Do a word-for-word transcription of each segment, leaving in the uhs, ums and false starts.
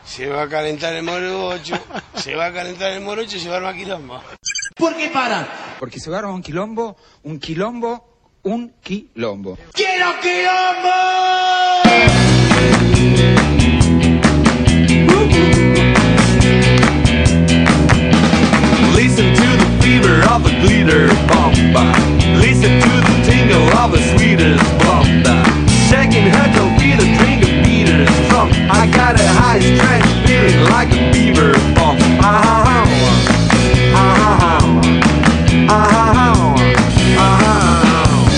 Se va a calentar el morocho, se va a calentar el morocho y se va a armar quilombo. ¿Por qué paran? Porque se va a armar un quilombo, un quilombo, un quilombo. ¡Quiero quilombo! Listen to the fever of a glitter bomba. Listen to the tingle of a sweetest bomba. Shaking her to be the drink of meters from. I got a high strength feeling like a beaver bomb. Ah, ah, ah, ah, ah.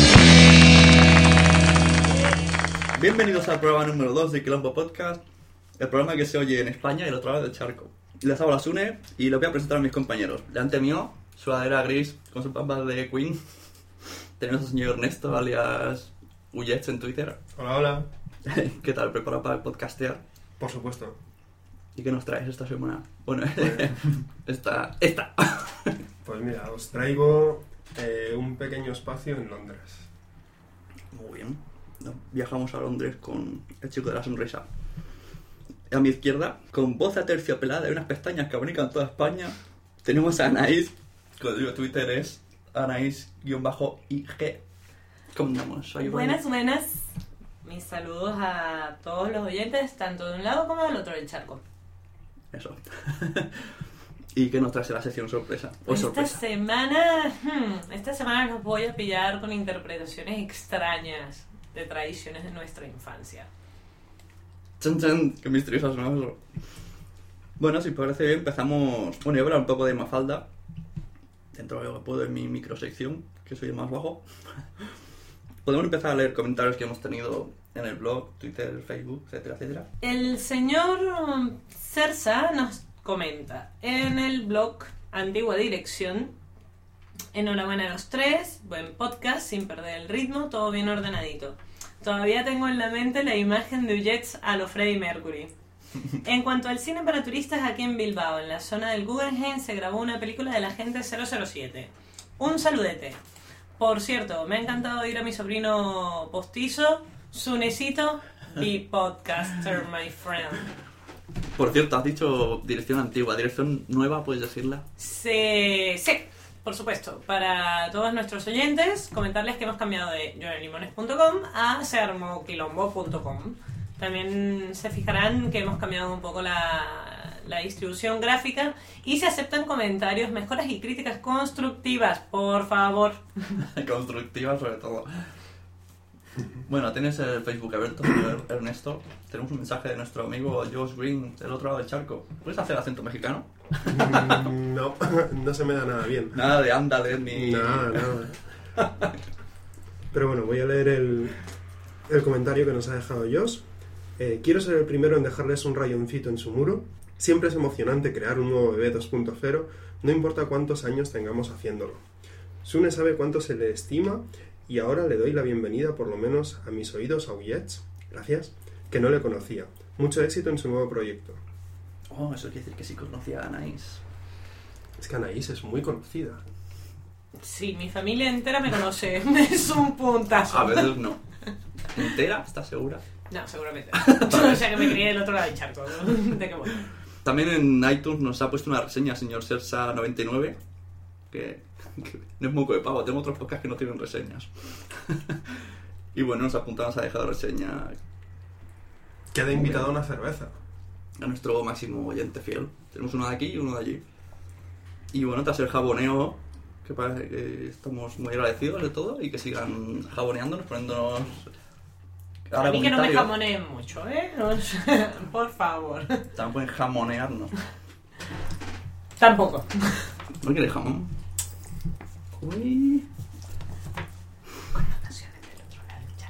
Bienvenidos al programa número dos de Quilombo Podcast, el programa que se oye en España y el otro lado del charco. Les habla Sune y los voy a presentar a mis compañeros. Delante mío, sudadera gris con su pampas de Queen. Tenemos al señor Ernesto, alias Ullets en Twitter. Hola, hola. ¿Qué tal? ¿Preparado para el podcastear? Por supuesto. ¿Y qué nos traes esta semana? Bueno, Pues, esta... esta. pues mira, os traigo eh, un pequeño espacio en Londres. Muy bien. No, viajamos a Londres con el chico de la sonrisa. A mi izquierda, con voz aterciopelada y unas pestañas que abanican toda España, tenemos a Anaís, cuyo Twitter es Anaís-I G. ¿Cómo andamos? Soy Buenas, buenas. Mis saludos a todos los oyentes, tanto de un lado como del otro del charco. Eso. ¿Y qué nos trae la sección sorpresa? ¿O Esta sorpresa? semana, hmm, esta semana nos voy a pillar con interpretaciones extrañas de tradiciones de nuestra infancia. Chan, chan, qué misterioso es eso. Bueno, si parece bien, empezamos... Bueno, yo voy a hablar un poco de Mafalda, dentro de lo que puedo en mi microsección, que soy el más bajo. Podemos empezar a leer comentarios que hemos tenido en el blog, Twitter, Facebook, etcétera, etcétera. El señor um, Cersa nos comenta en el blog Antigua Dirección: enhorabuena a los tres, buen podcast, sin perder el ritmo, todo bien ordenadito. Todavía tengo en la mente la imagen de Ullets a lo Freddie Mercury. En cuanto al cine para turistas, aquí en Bilbao, en la zona del Guggenheim, se grabó una película del Agente cero cero siete. Un saludete. Por cierto, me ha encantado ir a mi sobrino postizo, Sunecito, y podcaster, my friend. Por cierto, has dicho dirección antigua, dirección nueva, ¿puedes decirla? Sí, sí, por supuesto. Para todos nuestros oyentes, comentarles que hemos cambiado de johnelimones punto com a sermoquilombo punto com. También se fijarán que hemos cambiado un poco la, la distribución gráfica y se aceptan comentarios, mejoras y críticas constructivas, por favor. Constructiva sobre todo. Bueno, tienes el Facebook abierto, señor Ernesto. Tenemos un mensaje de nuestro amigo Josh Green del otro lado del charco. ¿Puedes hacer acento mexicano? Mm, no, no se me da nada bien. Nada de ándale ni... Nada, nada. Pero bueno, voy a leer el, el comentario que nos ha dejado Josh. Eh, quiero ser el primero en dejarles un rayoncito en su muro. Siempre es emocionante crear un nuevo bebé dos punto cero, no importa cuántos años tengamos haciéndolo. Sune sabe cuánto se le estima y ahora le doy la bienvenida por lo menos a mis oídos a Ullets, gracias, que no le conocía. Mucho éxito en su nuevo proyecto. Oh, eso quiere decir que sí conocía a Anaís. Es que Anaís es muy conocida. Sí, mi familia entera me conoce. Es un puntazo. A veces no. ¿Entera? ¿Estás segura? No, seguramente. O sea que me crié del otro lado del charco. ¿De qué bueno? También en iTunes nos ha puesto una reseña señor Sersa noventa y nueve, que, que no es moco de pavo, tengo otros podcasts que no tienen reseñas. Y bueno, nos apuntamos a dejar reseña Queda invitado a una cerveza. a nuestro máximo oyente fiel. Tenemos uno de aquí y uno de allí. Y bueno, tras el jaboneo, que parece que estamos muy agradecidos de todo y que sigan jaboneándonos, poniéndonos... A mí que no me comentarios. jamoneen mucho, ¿eh? O sea, por favor. También pueden jamonearnos. Tampoco. ¿No quieres jamón? Uy. Connotaciones del otro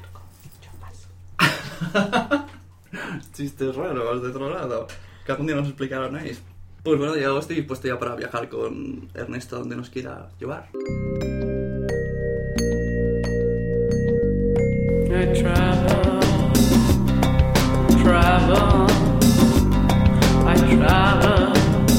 lado del charco. Yo paso. Chistes raros de otro lado. Que algún día nos explicaronéis. Pues bueno, ya estoy dispuesto ya para viajar con Ernesto donde nos quiera llevar. I travel, travel, I travel,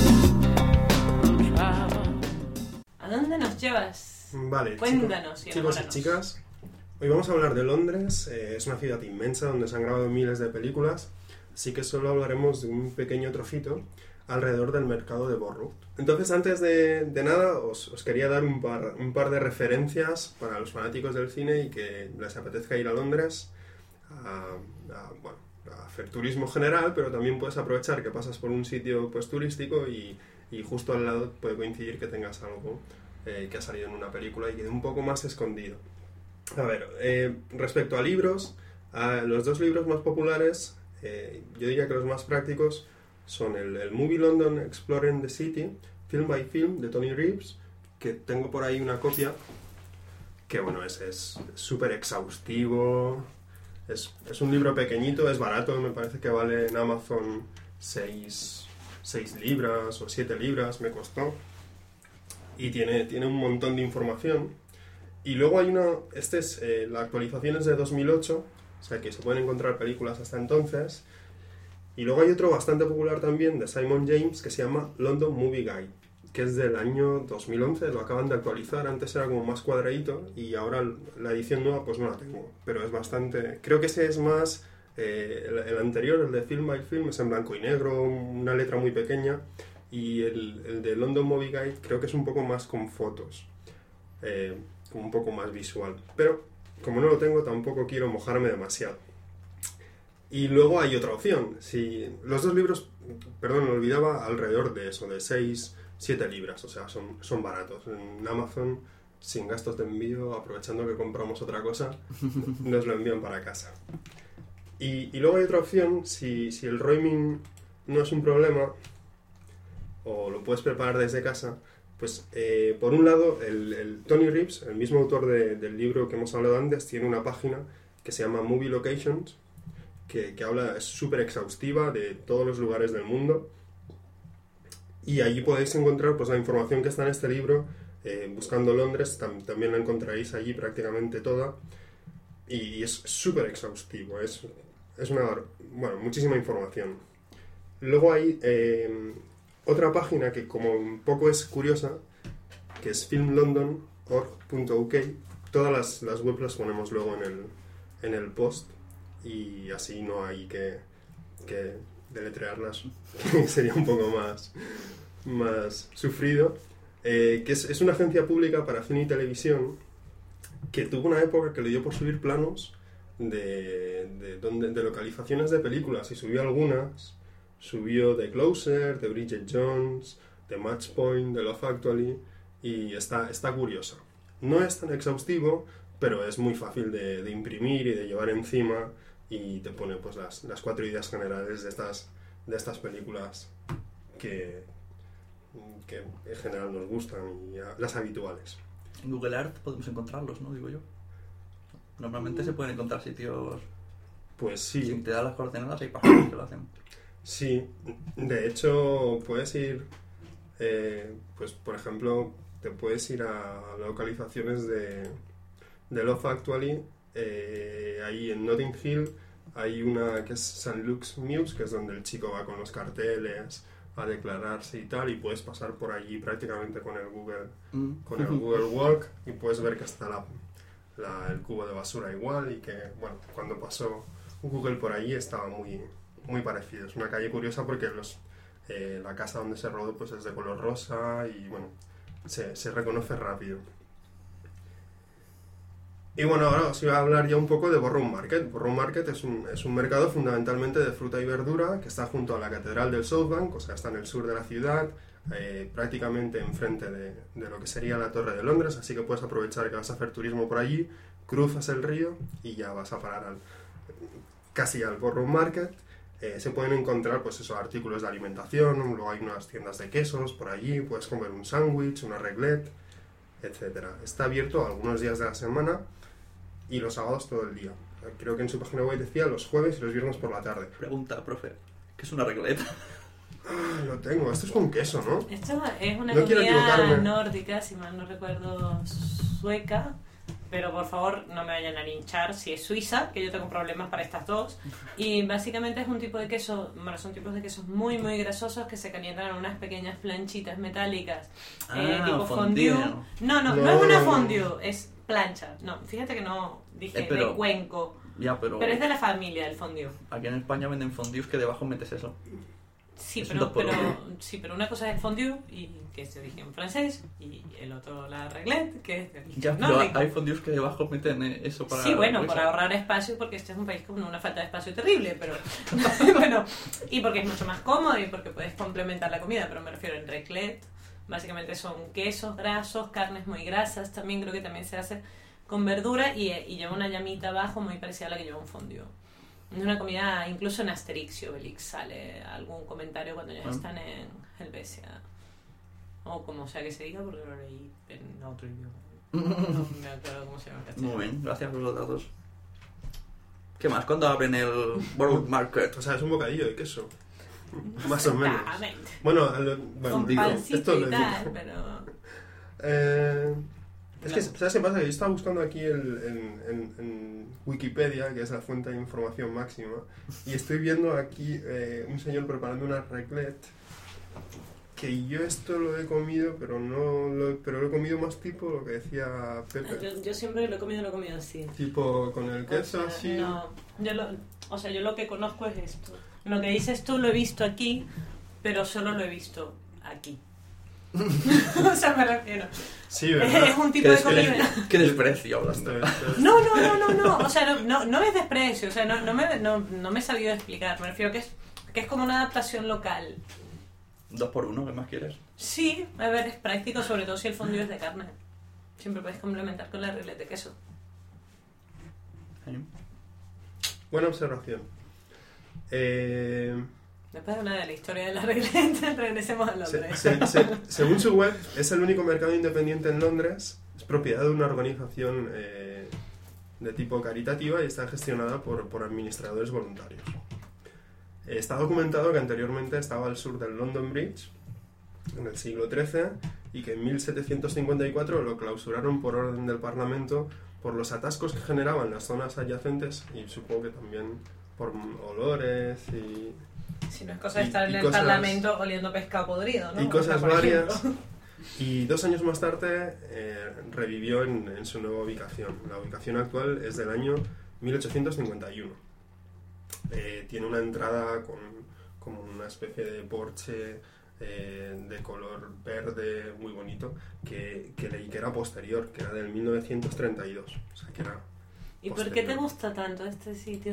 travel. ¿A dónde nos llevas? Vale, Cuéntanos, chicos, chicos y chicas. Hoy vamos a hablar de Londres. Eh, es una ciudad inmensa donde se han grabado miles de películas. así que solo hablaremos de un pequeño trocito alrededor del mercado de Bournemouth. Entonces, antes de, de nada, os, os quería dar un par, un par de referencias para los fanáticos del cine y que les apetezca ir a Londres a, a, bueno, a hacer turismo general, pero también puedes aprovechar que pasas por un sitio pues turístico y, y justo al lado puede coincidir que tengas algo eh, que ha salido en una película y quede un poco más escondido. A ver, eh, respecto a libros, a los dos libros más populares, eh, yo diría que los más prácticos son el, el Movie London Exploring the City, Film by Film, de Tony Reeves, que tengo por ahí una copia, que bueno, es súper exhaustivo, es, es un libro pequeñito, es barato, me parece que vale en Amazon seis libras o siete libras, me costó, y tiene, tiene un montón de información. Y luego hay una, este es, eh, la actualización es de dos mil ocho, o sea que se pueden encontrar películas hasta entonces. Y luego hay otro bastante popular también de Simon James que se llama London Movie Guide, que es del año dos mil once, lo acaban de actualizar, antes era como más cuadradito y ahora la edición nueva pues no la tengo, pero es bastante, creo que ese es más, eh, el, el anterior, el de Film by Film, es en blanco y negro, una letra muy pequeña, y el, el de London Movie Guide creo que es un poco más con fotos, eh, un poco más visual, pero como no lo tengo tampoco quiero mojarme demasiado. Y luego hay otra opción. Si los dos libros, perdón, me olvidaba, alrededor de eso, de seis, siete libras, o sea, son, son baratos. En Amazon, sin gastos de envío, aprovechando que compramos otra cosa, nos lo envían para casa. Y, y luego hay otra opción, si, si el roaming no es un problema, o lo puedes preparar desde casa, pues eh, por un lado, el, el Tony Reeves, el mismo autor de, del libro que hemos hablado antes, tiene una página que se llama Movie Locations, Que, que habla, es súper exhaustiva de todos los lugares del mundo, y allí podéis encontrar pues la información que está en este libro. Eh, buscando Londres tam, también la encontraréis allí prácticamente toda, y, y es súper exhaustivo, es, es una, bueno, muchísima información. Luego hay eh, otra página que como un poco es curiosa, que es film london org punto u k. Todas las, las webs las ponemos luego en el, en el post, y así no hay que, que deletrearlas, sería un poco más, más sufrido, eh, que es, es una agencia pública para cine y televisión que tuvo una época que le dio por subir planos de, de, donde, de localizaciones de películas, y subió algunas, subió The Closer, de Bridget Jones, de Match Point, de Love Actually, y está, está curiosa. No es tan exhaustivo, pero es muy fácil de, de imprimir y de llevar encima, y te pone pues las, las cuatro ideas generales de estas, de estas películas que, que en general nos gustan, y a, las habituales. En Google Earth podemos encontrarlos, ¿no? Digo yo. Normalmente se pueden encontrar sitios... Pues sí. Si te da las coordenadas hay páginas que lo hacen. Sí, de hecho puedes ir, eh, pues por ejemplo, te puedes ir a localizaciones de, de Love Actually. Eh, ahí en Notting Hill hay una que es Saint Luke's Mews, que es donde el chico va con los carteles a declararse y tal, y puedes pasar por allí prácticamente con el Google, Mm. con el Google Walk, y puedes ver que está la, la, el cubo de basura igual, y que, bueno, cuando pasó Google por allí estaba muy, muy parecido. Es una calle curiosa porque los, eh, la casa donde se rodó pues es de color rosa, y bueno, se, se reconoce rápido. Y bueno, ahora os iba a hablar ya un poco de Bournemouth Market. Bournemouth Market es un, es un mercado fundamentalmente de fruta y verdura que está junto a la Catedral del South Bank, o sea, está en el sur de la ciudad, eh, prácticamente enfrente de, de lo que sería la Torre de Londres, así que puedes aprovechar que vas a hacer turismo por allí, cruzas el río y ya vas a parar al, casi al Bournemouth Market. Eh, se pueden encontrar pues esos artículos de alimentación, luego hay unas tiendas de quesos por allí, puedes comer un sándwich, una raclette, etcétera. Está abierto algunos días de la semana y los sábados todo el día. Creo que en su página web decía los jueves y los viernes por la tarde. Pregunta, profe, ¿qué es una raclette? Ah, lo tengo. Esto es con queso, ¿no? Esto es una No quiero comida equivocarme. nórdica, si mal no recuerdo, sueca. Pero por favor no me vayan a linchar si es suiza, que yo tengo problemas para estas dos. Y básicamente es un tipo de queso, bueno, son tipos de quesos muy muy grasosos que se calientan en unas pequeñas planchitas metálicas, eh, Ah, tipo fondue. fondue. No, no, no, No, es una no, no. fondue, es plancha. No, fíjate que no dije Eh, pero- de cuenco. Ya, pero... Pero es de la familia el fondue. Aquí en España venden fondues que debajo metes eso. Sí, Es un pero, dos por pero, uno. sí, pero una cosa es el fondue, y, que es de origen francés, y el otro la raclette, que es de origen Ya, pero nórdico. hay fondues que debajo meten eh, eso para... Sí, bueno, la por risa. ahorrar espacio, porque este es un país con una falta de espacio terrible, pero bueno, y porque es mucho más cómodo y porque puedes complementar la comida, pero me refiero en raclette, básicamente son quesos grasos, carnes muy grasas, también creo que también se hace con verdura y, y lleva una llamita abajo muy parecida a la que lleva un fondue. Es una comida, incluso en Asterix y Obelix sale algún comentario cuando ya Ah. están en Helvecia. O como sea que se diga, porque lo leí en otro idioma. No me acuerdo cómo se llama en castellano. Muy bien, gracias por los datos. ¿Qué más? ¿Cuándo abren el World Market? O sea, es un bocadillo de queso. Más o menos. Exactamente. Bueno, a lo- bueno Con digo, pancito esto y lo tal, digo. pero... Eh, es que, No. ¿sabes qué pasa? Que yo estaba buscando aquí el- en, en- en Wikipedia, que es la fuente de información máxima, y estoy viendo aquí eh, un señor preparando una raclette, que yo esto lo he comido, pero no lo, pero lo he comido más tipo lo que decía Pepe. Yo, yo siempre lo he comido, lo he comido así. Tipo con el O queso sea, así. no, yo lo, o sea, yo lo que conozco es esto. Lo que dices tú lo he visto aquí, pero solo lo he visto aquí. O sea, me refiero. Sí, Es, ¿verdad? es un tipo ¿Qué, de des- comida. qué desprecio Esto hablando. es- esto es- No, no, no, no, no. O sea, no, no, no es desprecio. O sea, no, no, me, no, no me he sabido explicar. Me refiero que es, que es como una adaptación local. Dos por uno, ¿qué más quieres? Sí, a ver, es práctico, sobre todo si el fondue es de carne. Siempre puedes complementar con la raclette de queso. ¿Eh? Buena observación. Eh, Después de hablar de la historia de la raclette, regresemos a se- Londres. se- se- según su web, es el único mercado independiente en Londres. Es propiedad de una organización eh, de tipo caritativa y está gestionada por, por administradores voluntarios. Eh, Está documentado que anteriormente estaba al sur del London Bridge, en el siglo trece, y que en mil setecientos cincuenta y cuatro lo clausuraron por orden del Parlamento por los atascos que generaban las zonas adyacentes y supongo que también por olores y, Si no es cosa de Y- estar y en el cosas- Parlamento oliendo pescado podrido, ¿no? y O cosas sea, por varias. ejemplo. Y dos años más tarde eh, revivió en, en su nueva ubicación. La ubicación actual es del año mil ochocientos cincuenta y uno. Eh, tiene una entrada con como una especie de porche eh, de color verde muy bonito que, que leí que era posterior, que era del mil novecientos treinta y dos. O sea, que era ¿Y por qué posterior. te gusta tanto este sitio?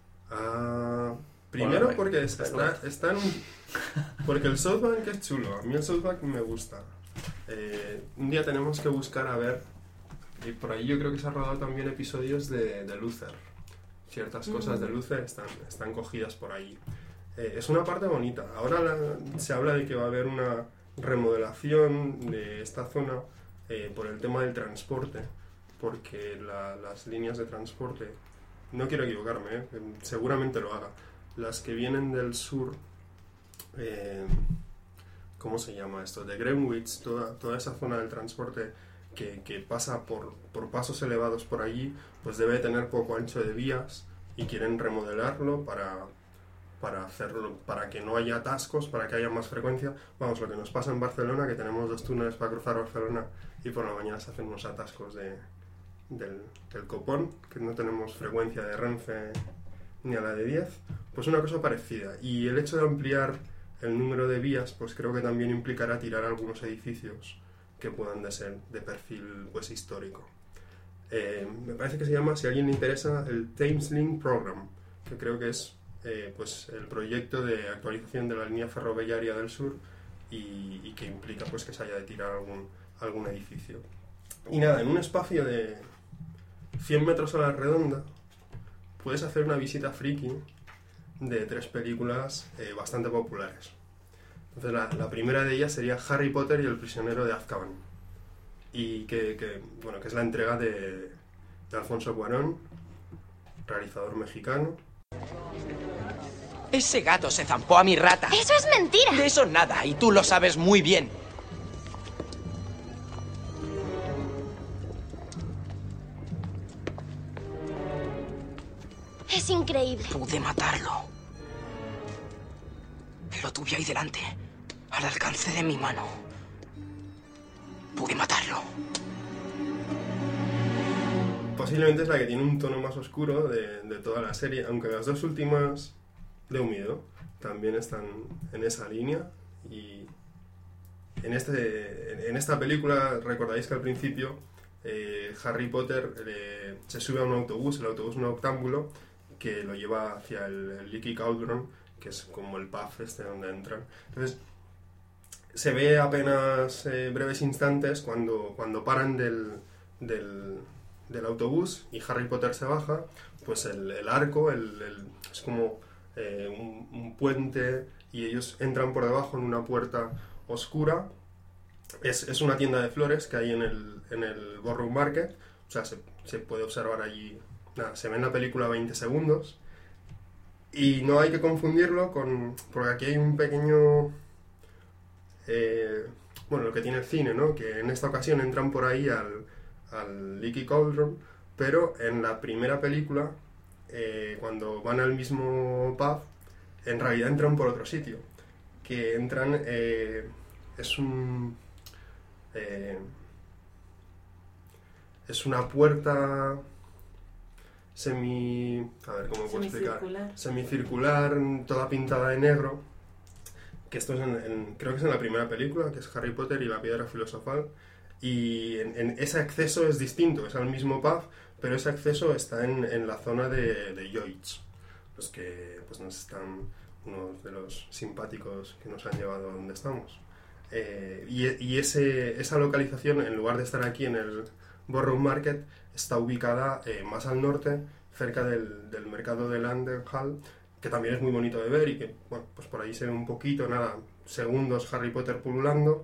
Ah, primero Bueno, porque es- pero- está, está en un... Porque el South Bank es chulo, a mí el South Bank me gusta. Eh, un día tenemos que buscar a ver, y por ahí yo creo que se han rodado también episodios de, de Luther. Ciertas cosas Mm. de Luther están, están cogidas por ahí. Eh, es una parte bonita. Ahora la- se habla de que va a haber una remodelación de esta zona eh, por el tema del transporte, porque la- las líneas de transporte, no quiero equivocarme, eh, seguramente lo haga, las que vienen del sur, eh, ¿cómo se llama esto? De Greenwich, toda, toda esa zona del transporte que, que pasa por, por pasos elevados por allí, pues debe tener poco ancho de vías y quieren remodelarlo para, para hacerlo, para que no haya atascos, para que haya más frecuencia. Vamos, lo que nos pasa en Barcelona, que tenemos dos túneles para cruzar Barcelona y por la mañana se hacen unos atascos de, del, del copón, que no tenemos frecuencia de Renfe ni a la de diez, pues una cosa parecida. Y el hecho de ampliar el número de vías, pues creo que también implicará tirar algunos edificios que puedan de ser de perfil pues histórico. Eh, me parece que se llama, si a alguien le interesa, el Thameslink Program, que creo que es eh, pues el proyecto de actualización de la línea ferroviaria del sur y, y que implica pues que se haya de tirar algún, algún edificio. Y nada, en un espacio de cien metros a la redonda puedes hacer una visita friki de tres películas eh, bastante populares. Entonces la, la primera de ellas sería Harry Potter y el prisionero de Azkaban, y que, que, bueno, que es la entrega de, de Alfonso Cuarón, realizador mexicano. Ese gato se zampó a mi rata. ¡Eso es mentira! De eso nada, y tú lo sabes muy bien. Es increíble. Pude matarlo. Lo tuve ahí delante, al alcance de mi mano. Pude matarlo. posiblemente es la que tiene un tono más oscuro de, de toda la serie, aunque las dos últimas de Umido también están en esa línea. Y en, este, en esta película recordáis que al principio eh, Harry Potter eh, se sube a un autobús, el autobús un octámbulo que lo lleva hacia el, el Leaky Cauldron, que es como el pub este donde entran. Entonces se ve apenas eh, breves instantes cuando, cuando paran del, del, del autobús y Harry Potter se baja, pues el, el arco el, el, es como eh, un, un puente y ellos entran por debajo en una puerta oscura. Es, es una tienda de flores que hay en el, en el Borough Market, o sea, se, se puede observar allí, nada, se ve en la película veinte segundos. Y no hay que confundirlo con... porque aquí hay un pequeño... Eh, bueno, lo que tiene el cine, ¿no? Que en esta ocasión entran por ahí al, al Leaky Cauldron, pero en la primera película, eh, cuando van al mismo pub, en realidad entran por otro sitio. Que entran... Eh, es un... Eh, es una puerta... semi... a ver cómo puedo explicar. Semicircular, toda pintada de negro. Que esto es en, en, creo que es en la primera película, que es Harry Potter y la Piedra Filosofal. Y en, en ese acceso es distinto, es al mismo pub, pero ese acceso está en, en la zona de, de Yoids. Los que pues nos están unos de los simpáticos que nos han llevado a donde estamos. Eh, y y ese, esa localización, en lugar de estar aquí en el Borough Market, está ubicada eh, más al norte, cerca del, del mercado de Landenhall, que también es muy bonito de ver y que, bueno, pues por ahí se ve un poquito, nada, segundos Harry Potter pululando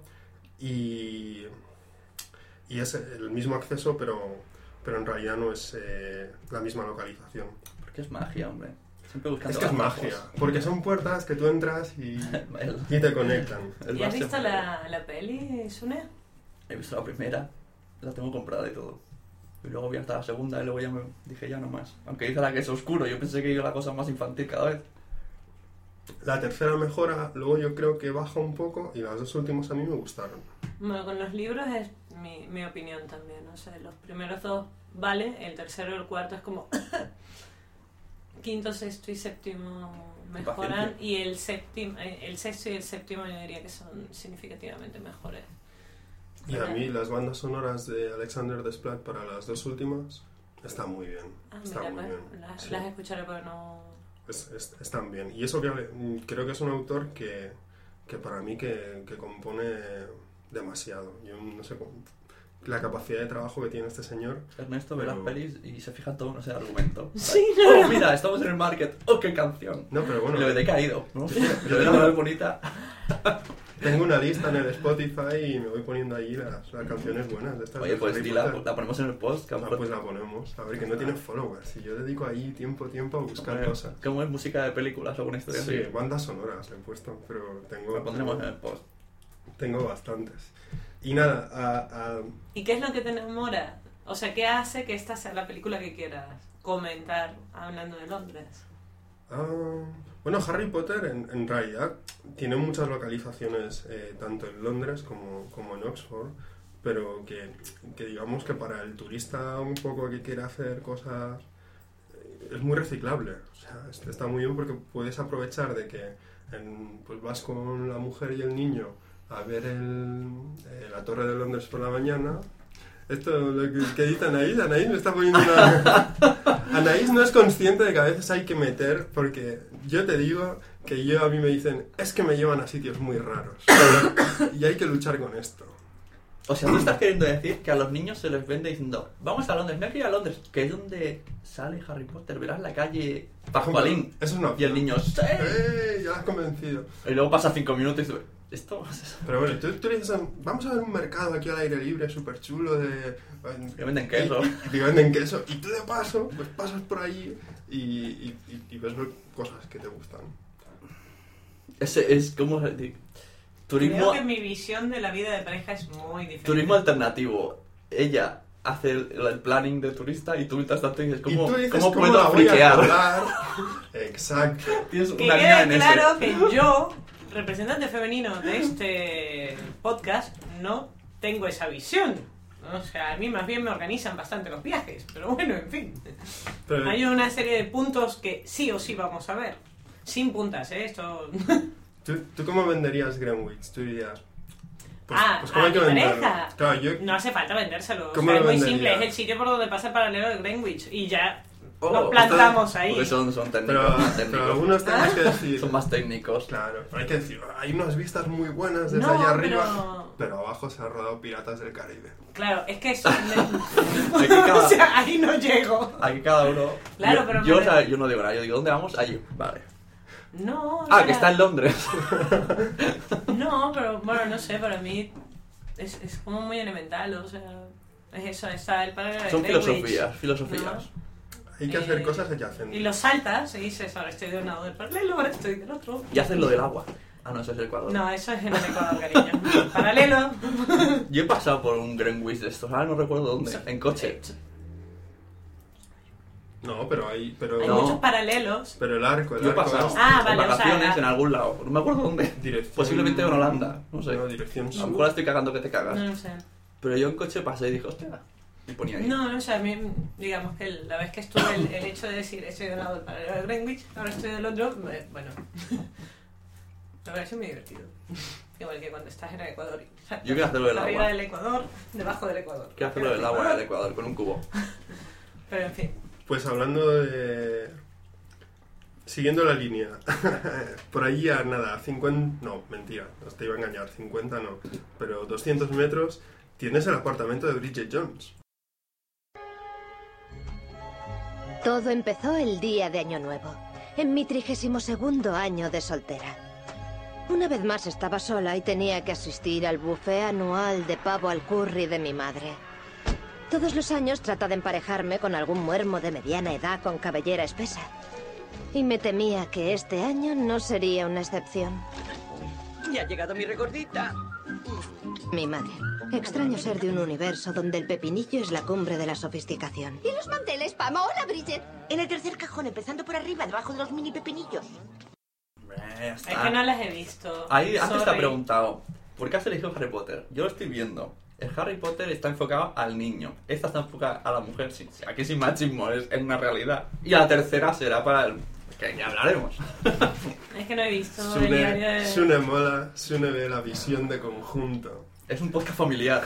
y, y es el mismo acceso, pero, pero en realidad no es eh, la misma localización. Porque es magia, hombre. Siempre buscando es que es magia, bajos. Porque son puertas que tú entras y, y te conectan. ¿Y has visto la, la peli, Sune? He visto la primera, la tengo comprada y todo. Y luego vi hasta la segunda y luego ya me dije ya no más. Aunque dice la que es oscuro, yo pensé que iba la cosa más infantil cada vez. La tercera mejora, luego yo creo que baja un poco y las dos últimas a mí me gustaron. Bueno, con los libros es mi, mi opinión también. O sea, los primeros dos vale, el tercero y el cuarto es como... quinto, sexto y séptimo mejoran y el séptimo, el sexto y el séptimo yo diría que son significativamente mejores. Y a mí las bandas sonoras de Alexander Desplat para las dos últimas están muy bien. Ah, están mira, muy pues, bien. las, Sí. las escucharé pero no... Es, es, están bien. Y eso que creo que es un autor que, que para mí que, que compone demasiado. Yo no sé cómo, la capacidad de trabajo que tiene este señor. Ernesto ve pero... las pelis y se fija todo en ese argumento. Sí, oh, no. mira, estamos en el market. Oh, qué canción. No, pero bueno. Lo he decaído, ¿no? Lo de la más bonita. Tengo una lista en el Spotify y me voy poniendo allí las, las canciones buenas de estas. Oye, de pues Harry dila, Potter. la ponemos en el post. Que Ah, pues la ponemos. A ver, que no tiene followers. Y yo dedico ahí tiempo, tiempo a buscar Hombre, cosas. ¿Cómo es música de películas o alguna historia Sí, así? bandas sonoras le he puesto, pero tengo... Lo pondremos en el post. Tengo bastantes. Y nada, a, a, ¿Y qué es lo que te enamora? O sea, ¿qué hace que esta sea la película que quieras comentar hablando de Londres? ah, bueno, Harry Potter en, en realidad tiene muchas localizaciones, eh, tanto en Londres como, como en Oxford, pero que, que digamos que para el turista un poco que quiere hacer cosas eh, es muy reciclable. O sea, este está muy bien porque puedes aprovechar de que en, pues vas con la mujer y el niño a ver el, eh, la Torre de Londres por la mañana. Esto lo que, que dice Anaís, Anaís me está poniendo una... Anaís no es consciente de que a veces hay que meter, porque yo te digo que yo a mí me dicen, es que me llevan a sitios muy raros. Y hay que luchar con esto. O sea, tú estás queriendo decir que a los niños se les vende diciendo vamos a Londres, no hay que ir a Londres, que es donde sale Harry Potter, verás la calle Pascualín. Eso es una Y el niño, ¡sí! ¡Eh! Ya lo has convencido. Y luego pasa cinco minutos y dices, ¿esto? Pero bueno, tú, tú le dices, vamos a ver un mercado aquí al aire libre, súper chulo, de... Que venden queso. Y, y que venden queso. Y tú de paso, pues pasas por allí y, y, y, y ves cosas que te gustan. Ese es como... Turismo, Creo que mi visión de la vida de pareja es muy diferente. turismo alternativo. Ella hace el, el planning de turista y tú mientras tanto dices, ¿cómo, y tú dices, ¿cómo ¿cómo puedo la voy a friquear? colar? Exacto. Tienes Que una línea en quede ese. claro que yo, representante femenino de este podcast, no tengo esa visión. O sea, a mí más bien me organizan bastante los viajes, pero bueno, en fin. Pero- Hay una serie de puntos que sí o sí vamos a ver. Sin puntas, ¿eh? Esto... ¿Tú, ¿Tú cómo venderías Greenwich? Tú dirías... Pues, ah, pues ¿cómo a hay que mi venderlo? pareja. Claro, yo... No hace falta vendérselo. O ¿Cómo sea, es lo muy vendería? simple. Es el sitio por donde pasa el paralelo de Greenwich. Y ya Oh, nos plantamos ustedes- ahí. Porque son, son técnicos, Pero, más pero técnicos. algunos tenemos que decir... Son más técnicos. Claro, pero hay que decir, hay unas vistas muy buenas desde No, allá arriba, pero- pero abajo se ha rodado Piratas del Caribe. Claro, es que eso... Aquí cada, o sea, ahí no llego. aquí cada uno... Claro, yo, pero yo, me- o sea, yo no digo nada, yo digo, ¿dónde vamos? Allí, vale. No, o Ah, sea, que está en Londres. No, pero bueno, no sé, para mí es, es como muy elemental, o sea, es eso, está el paralelo de Son Greenwich, filosofías, filosofías. Hay que Eh, hacer cosas adyacentes. Y lo saltas y dices, ahora estoy de un lado del paralelo, ahora estoy del otro. Y hacen lo del agua. Ah, no, eso es el Ecuador. No, eso es en el Ecuador, cariño. Paralelo. Yo he pasado por un Greenwich de estos, ahora no recuerdo dónde, en coche. No, pero hay... Pero, Hay No. muchos paralelos. pero el arco, el Yo he arco pasado es Ah, en vale, o sea, vacaciones la- en algún lado, no me acuerdo dónde. dirección... Posiblemente en Holanda, no sé. No, dirección A lo sur. mejor la estoy cagando que te cagas. No lo sé. Pero yo en coche pasé y dije, hostia, y ponía ahí. No, no, o sea, a mí, digamos que la vez que estuve, el, el hecho de decir estoy del lado del paralelo de Greenwich, ahora estoy del otro, me- bueno, me parece muy divertido. Igual que cuando estás en el Ecuador. O sea, Yo quiero hacerlo del arriba agua. del Ecuador, debajo del Ecuador. Quiero hacerlo del agua del Ecuador con un cubo. Pero en fin. Pues hablando de... Siguiendo la línea, por allí a nada, cincuenta... No, mentira, os te iba a engañar, cincuenta no, pero doscientos metros tienes el apartamento de Bridget Jones. Todo empezó el día de Año Nuevo, en mi trigésimo segundo año de soltera. Una vez más estaba sola y tenía que asistir al buffet anual de pavo al curry de mi madre. Todos los años trata de emparejarme con algún muermo de mediana edad con cabellera espesa. Y me temía que este año no sería una excepción. Ya ha llegado mi recordita. Mi madre. Extraño ser de un universo donde el pepinillo es la cumbre de la sofisticación. ¿Y los manteles, Pama? Hola, Bridget. En el tercer cajón, empezando por arriba, debajo de los mini pepinillos. Hombre, ya está. Es que no las he visto. Ahí antes te ha Sorry. preguntado, ¿por qué has elegido Harry Potter? Yo lo estoy viendo. El Harry Potter está enfocado al niño. Esta está enfocada a la mujer. Sí, sí, aquí sin machismo, es, es una realidad. Y la tercera será para el... que ya hablaremos. Es que no he visto el Sune, diario de... Sune mola, Sune ve la visión de conjunto. Es un podcast familiar.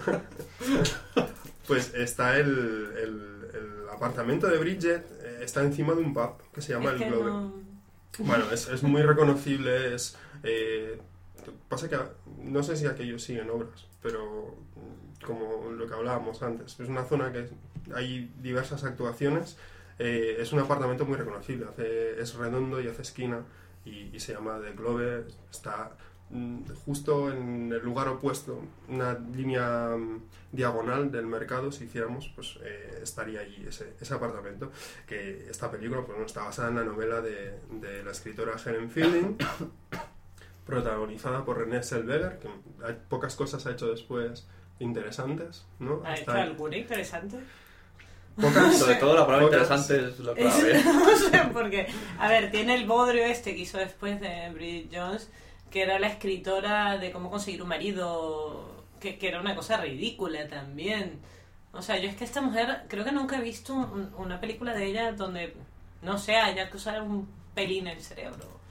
Pues está el, el, el apartamento de Bridget, eh, está encima de un pub que se llama Es el que Glover. no... Bueno, es, es muy reconocible, es... Eh, pasa que no sé si aquellos siguen obras, pero mm, como lo que hablábamos antes, es una zona que hay diversas actuaciones, eh, es un apartamento muy reconocible, hace, es redondo y hace esquina y, y se llama The Glover, está mm, justo en el lugar opuesto, una línea mm, diagonal del mercado, si hiciéramos, pues eh, estaría allí ese, ese apartamento, que esta película pues, bueno, está basada en la novela de, de la escritora Helen Fielding, protagonizada por Renée Zellweger, que hay pocas cosas ha hecho después interesantes, ¿no? ¿Ha hecho Hasta- alguna interesante? Pocas, Sobre todo la palabra pocas- interesante es lo que Es- va a ver. no sé, porque, a ver, tiene el bodrio este que hizo después de Bridget Jones, que era la escritora de cómo conseguir un marido, que, que era una cosa ridícula también. O sea, yo es que esta mujer, creo que nunca he visto un- una película de ella donde, no sé, haya que usar un pelín en el cerebro.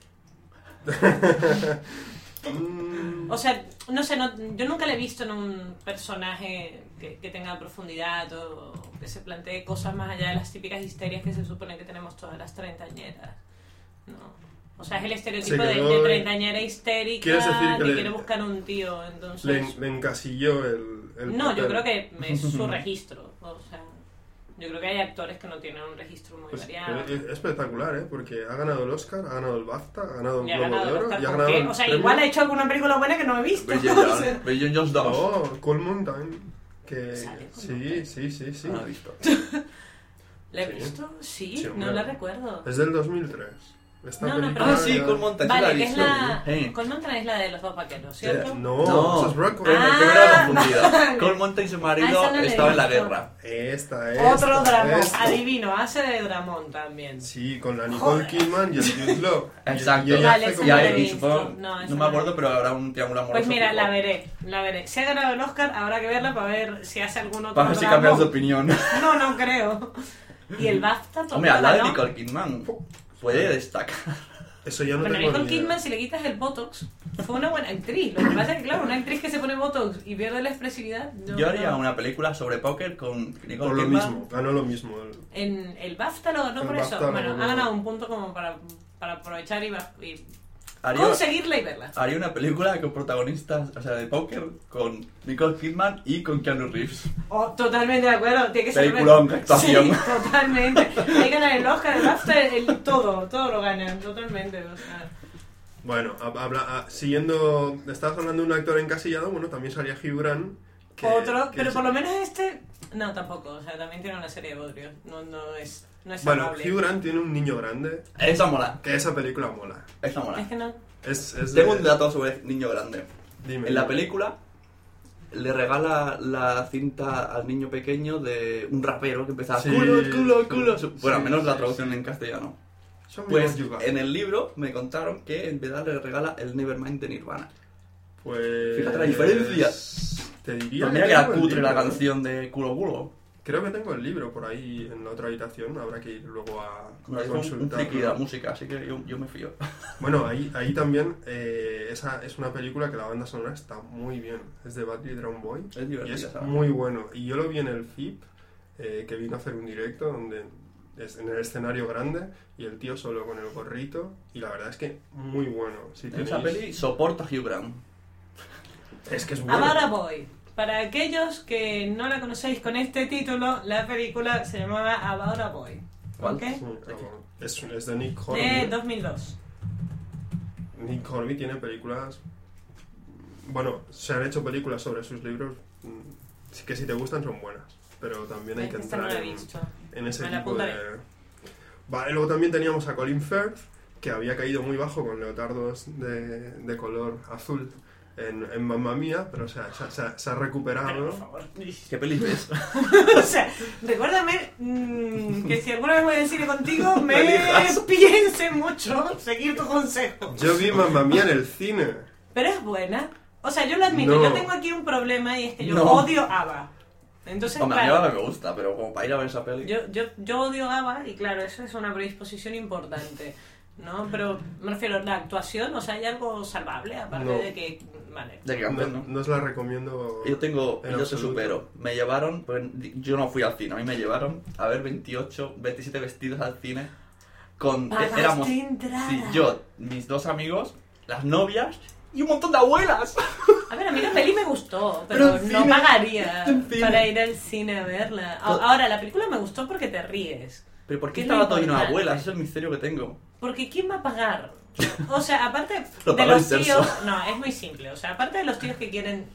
Mm, O sea, no sé, no, yo nunca la he visto en un personaje que, que tenga profundidad o que se plantee cosas más allá de las típicas histerias que se supone que tenemos todas las treintañeras. No. O sea, es el estereotipo Se de, quedó- de treintañera histérica ¿Quieres decir que que le- quiere buscar un tío, entonces... le, le encasilló el, el No, yo papel. creo que es su registro. O sea, yo creo que hay actores que no tienen un registro muy Pues, variado. es, es espectacular, ¿eh? Porque ha ganado el Oscar, ha ganado el BAFTA, ha ganado el Y ha Globo ganado de el Oro Oscar y ha con ganado qué. el O sea, premio- igual ha hecho alguna película buena que no he visto. Bridget O sea, Jones, Bridget Jones dos. Oh, Cold Mountain. Que... ¿Sale Cold Sí, Mountain? sí, sí, sí. No lo he visto. ¿La he Sí. visto? Sí, Sí, no hombre. la recuerdo. Es del dos mil tres. Esta No, no, película... pero- Ah, sí, Cold Mountain. sí Vale, la he que es visto. la... Eh. Cold Mountain es la de los dos vaqueros, ¿cierto? No, No, eso es Rockwell. que me- que me Ah, era confundida. vale. Cold Mountain, su Ah, marido, esa no la he estaba en la visto. guerra. Esta es. Otro Dramón, esta. adivino, hace de Dramón también. Sí, con la Nicole Joder. Kidman y el Jude Law. Y- Exacto. Y ella Vale, hace esa como- Y no la he ahí, visto. supongo, No, esa no me no. acuerdo, pero habrá un triángulo amoroso. Pues mira, fijo. la veré, la veré. Si ha ganado el Oscar, habrá que verla para ver si hace algún otro Para ver si Dramón. cambias de opinión. No, no creo. Y el BAFTA Hombre, todavía al lado de no. Nicole Kidman puede destacar. Eso ya no Bueno, tengo Nicole ni idea. Kidman, si le quitas el Botox, fue una buena actriz. Lo que pasa es que, claro, una actriz que se pone Botox y pierde la expresividad... no- Yo haría no. una película sobre póker con Nicole Por lo Kidman. mismo, ganó lo mismo. En el BAFTA lo ganó El por BAFTA eso. lo Bueno, ganó. ha ganado un punto como para, para aprovechar y, va- y Haría, conseguirla y verla. haría una película con protagonistas, o sea, de póker con Nicole Kidman y con Keanu Reeves. Oh, totalmente de acuerdo, tiene que ser... Peliculón, actuación. Sí, totalmente. Hay que ganar el Oscar, el BAFTA, el, todo, todo lo ganan, totalmente. O sea. Bueno, hab- habla, ah, siguiendo. Estabas hablando de un actor encasillado, bueno, también salía Hugh Grant. que- Otro, que pero es- por lo menos este... No, tampoco, o sea, también tiene una serie de bodrios. No, no es, no es Bueno, amable. Hugh Grant tiene un niño grande. Esa mola, Que esa película mola. esa Es mola. que no... Es, es de- Tengo un dato sobre Niño Grande. Dime. En la película le regala la cinta al niño pequeño de un rapero que empezaba Sí, culo, culo, culo. sí, Bueno, al sí, menos la sí, traducción sí. en castellano. Show me Pues what you got. en el libro me contaron que en verdad le regala el Nevermind de Nirvana. Pues. Fíjate la diferencia. Te diría. Pues mira que era tengo el cutre la libro, ¿eh? canción de culo culo. Creo que tengo el libro por ahí en la otra habitación. Habrá que ir luego a, No, a es un, un consultarlo. friki de la música, así que yo, yo me fío. Bueno, ahí, ahí también eh, esa es una película que la banda sonora está muy bien. Es de Badly Drown Boy. Es divertida, Y es ¿sabes? muy bueno. Y yo lo vi en el F I P, eh, que vino a hacer un directo donde es en el escenario grande y el tío solo con el gorrito. Y la verdad es que muy bueno. Si En esa tenéis- peli soporta a Hugh Grant. Es que es bueno. About a Boy. Para aquellos que no la conocéis con este título, la película se llamaba About a Boy. ¿Cuál? ¿Ok? Sí, no, es, es de Nick Hornby. De dos mil dos. Nick Hornby tiene películas. Bueno, se han hecho películas sobre sus libros mm, sí que si te gustan son buenas, pero también hay que Esta no entrar la he en, visto. en ese Me la tipo de. apuntaré. Vale, luego también teníamos a Colin Firth, que había caído muy bajo con leotardos de, de color azul en, en Mamma Mía, pero o sea, se, ha- se ha- se ha recuperado. Pero, por favor. ¿Qué peli ves? O sea, recuérdame mm, que si alguna vez voy al cine contigo, me elijas. piense mucho seguir tu consejo. Yo vi Mamma Mía en el cine. Pero es buena. O sea, yo lo admito, No. yo tengo aquí un problema y es que yo No. odio ABBA. Entonces, Hombre, a mí claro, ahora me gusta, pero como para ir a ver esa peli. yo, yo, yo odio ABBA y claro, eso es una predisposición importante. ¿No? Pero me refiero a la actuación, o sea, hay algo salvable, aparte No. de que. Vale. De que No, campeón, ¿no? no os la recomiendo. Yo tengo, en yo te absoluto. supero. Me llevaron, pues, yo no fui al cine, a mí me llevaron a ver veintiocho, veintisiete vestidos al cine. Con, Pagaste éramos, entrada. sí, yo, mis dos amigos, las novias y un montón de abuelas. A ver, a mí la peli me gustó, pero, Pero en no cine, pagaría en cine. para ir al cine a verla. A- Ahora, la película me gustó porque te ríes. Pero ¿por qué Es lo estaba todo lleno de importante. abuelas? Ese es el misterio que tengo. Porque ¿quién va a pagar? O sea, aparte Lo de paga los el tíos... Celso. No, es muy simple. O sea, aparte de los tíos que quieren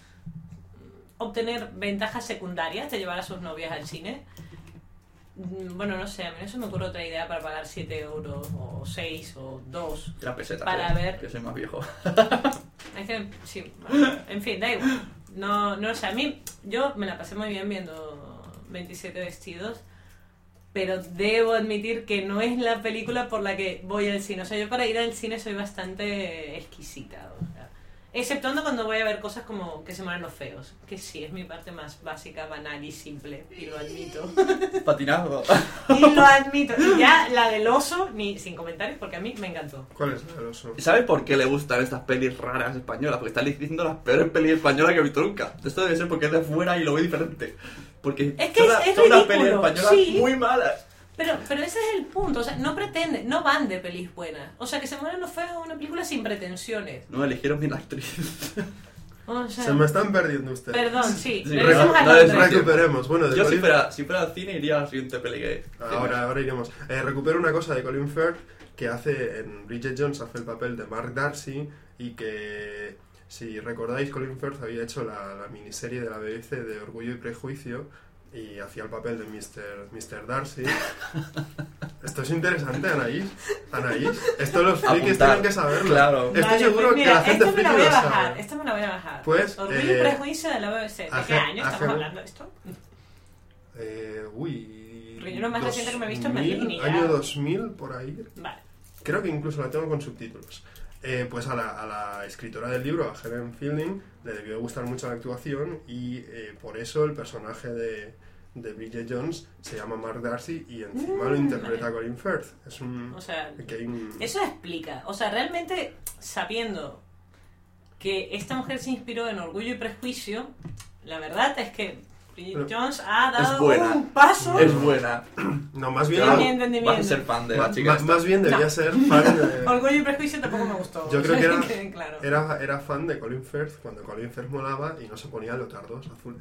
obtener ventajas secundarias de llevar a sus novias al cine, mm, bueno, no sé, a mí no se me ocurre otra idea para pagar siete euros o seis o dos. Era peseta. Para eh, ver- Que soy más viejo. Es que, sí, bueno, en fin, da igual. No, no sé, a mí, yo me la pasé muy bien viendo veintisiete vestidos, pero debo admitir que no es la película por la que voy al cine. O sea, yo para ir al cine soy bastante exquisita, o sea, exceptuando cuando voy a ver cosas como que se mueren los feos, que sí, es mi parte más básica, banal y simple, y lo admito. Patinado. Y lo admito. Y ya la del oso, ni sin comentarios, porque a mí me encantó. ¿Cuál es el oso? ¿Sabes por qué le gustan estas pelis raras españolas? Porque están diciendo las peores pelis españolas que he visto nunca. Esto debe ser porque es de fuera y lo ve diferente. Porque Es que son, es- las- es son unas ridículo, pelis españolas sí. muy malas. Pero, pero ese es el punto, o sea, no pretenden, no van de pelis buenas. O sea, que se mueren los feos es una película sin pretensiones. No eligieron bien la actriz. O sea, Se me están perdiendo ustedes. perdón, sí, Sí, regresemos no, al no otro. es- Recuperemos. Bueno, de Yo si Colin- fuera, si fuera al cine iría a la siguiente peli que... Ahora, ahora iremos. Eh, recupero una cosa de Colin Firth que hace en Bridget Jones, hace el papel de Mark Darcy y que, si recordáis, Colin Firth había hecho la, la miniserie de la B B C de Orgullo y Prejuicio y hacía el papel de mister mister Darcy. Esto es interesante, Anaís. Anaís, esto los frikis Apuntar. tienen que saberlo. Claro. Estoy Vale, seguro pues mira, que la gente esto me friki la voy a lo bajar. sabe. Esto me la voy a bajar. Pues, Orgullo eh, y Prejuicio de la B B C. ¿De hace- qué año hace- estamos hablando de esto? Eh, uy... Porque yo lo más reciente que me he visto es dos mil, Merlín y ya. año dos mil, por ahí. Vale. Creo que incluso la tengo con subtítulos. Eh, pues a la, a la escritora del libro, a Helen Fielding, le debió gustar mucho la actuación y eh, por eso el personaje de, de Bridget Jones se llama Mark Darcy y encima Mm, lo interpreta vale. Colin Firth. Es un... O sea, que hay un- eso explica. O sea, realmente sabiendo que esta mujer se inspiró en Orgullo y Prejuicio, la verdad es que Bridget Pero- Jones ha Es dado buena. un paso. Es buena. No, más bien... Tiene entendimiento. Vas a ser fan de la ma- chica ma- esta. más bien debía No. ser fan de... Orgullo y Prejuicio tampoco me gustó. Yo creo que era, queden claro. era, era fan de Colin Firth cuando Colin Firth molaba y no se ponía leotardos azules.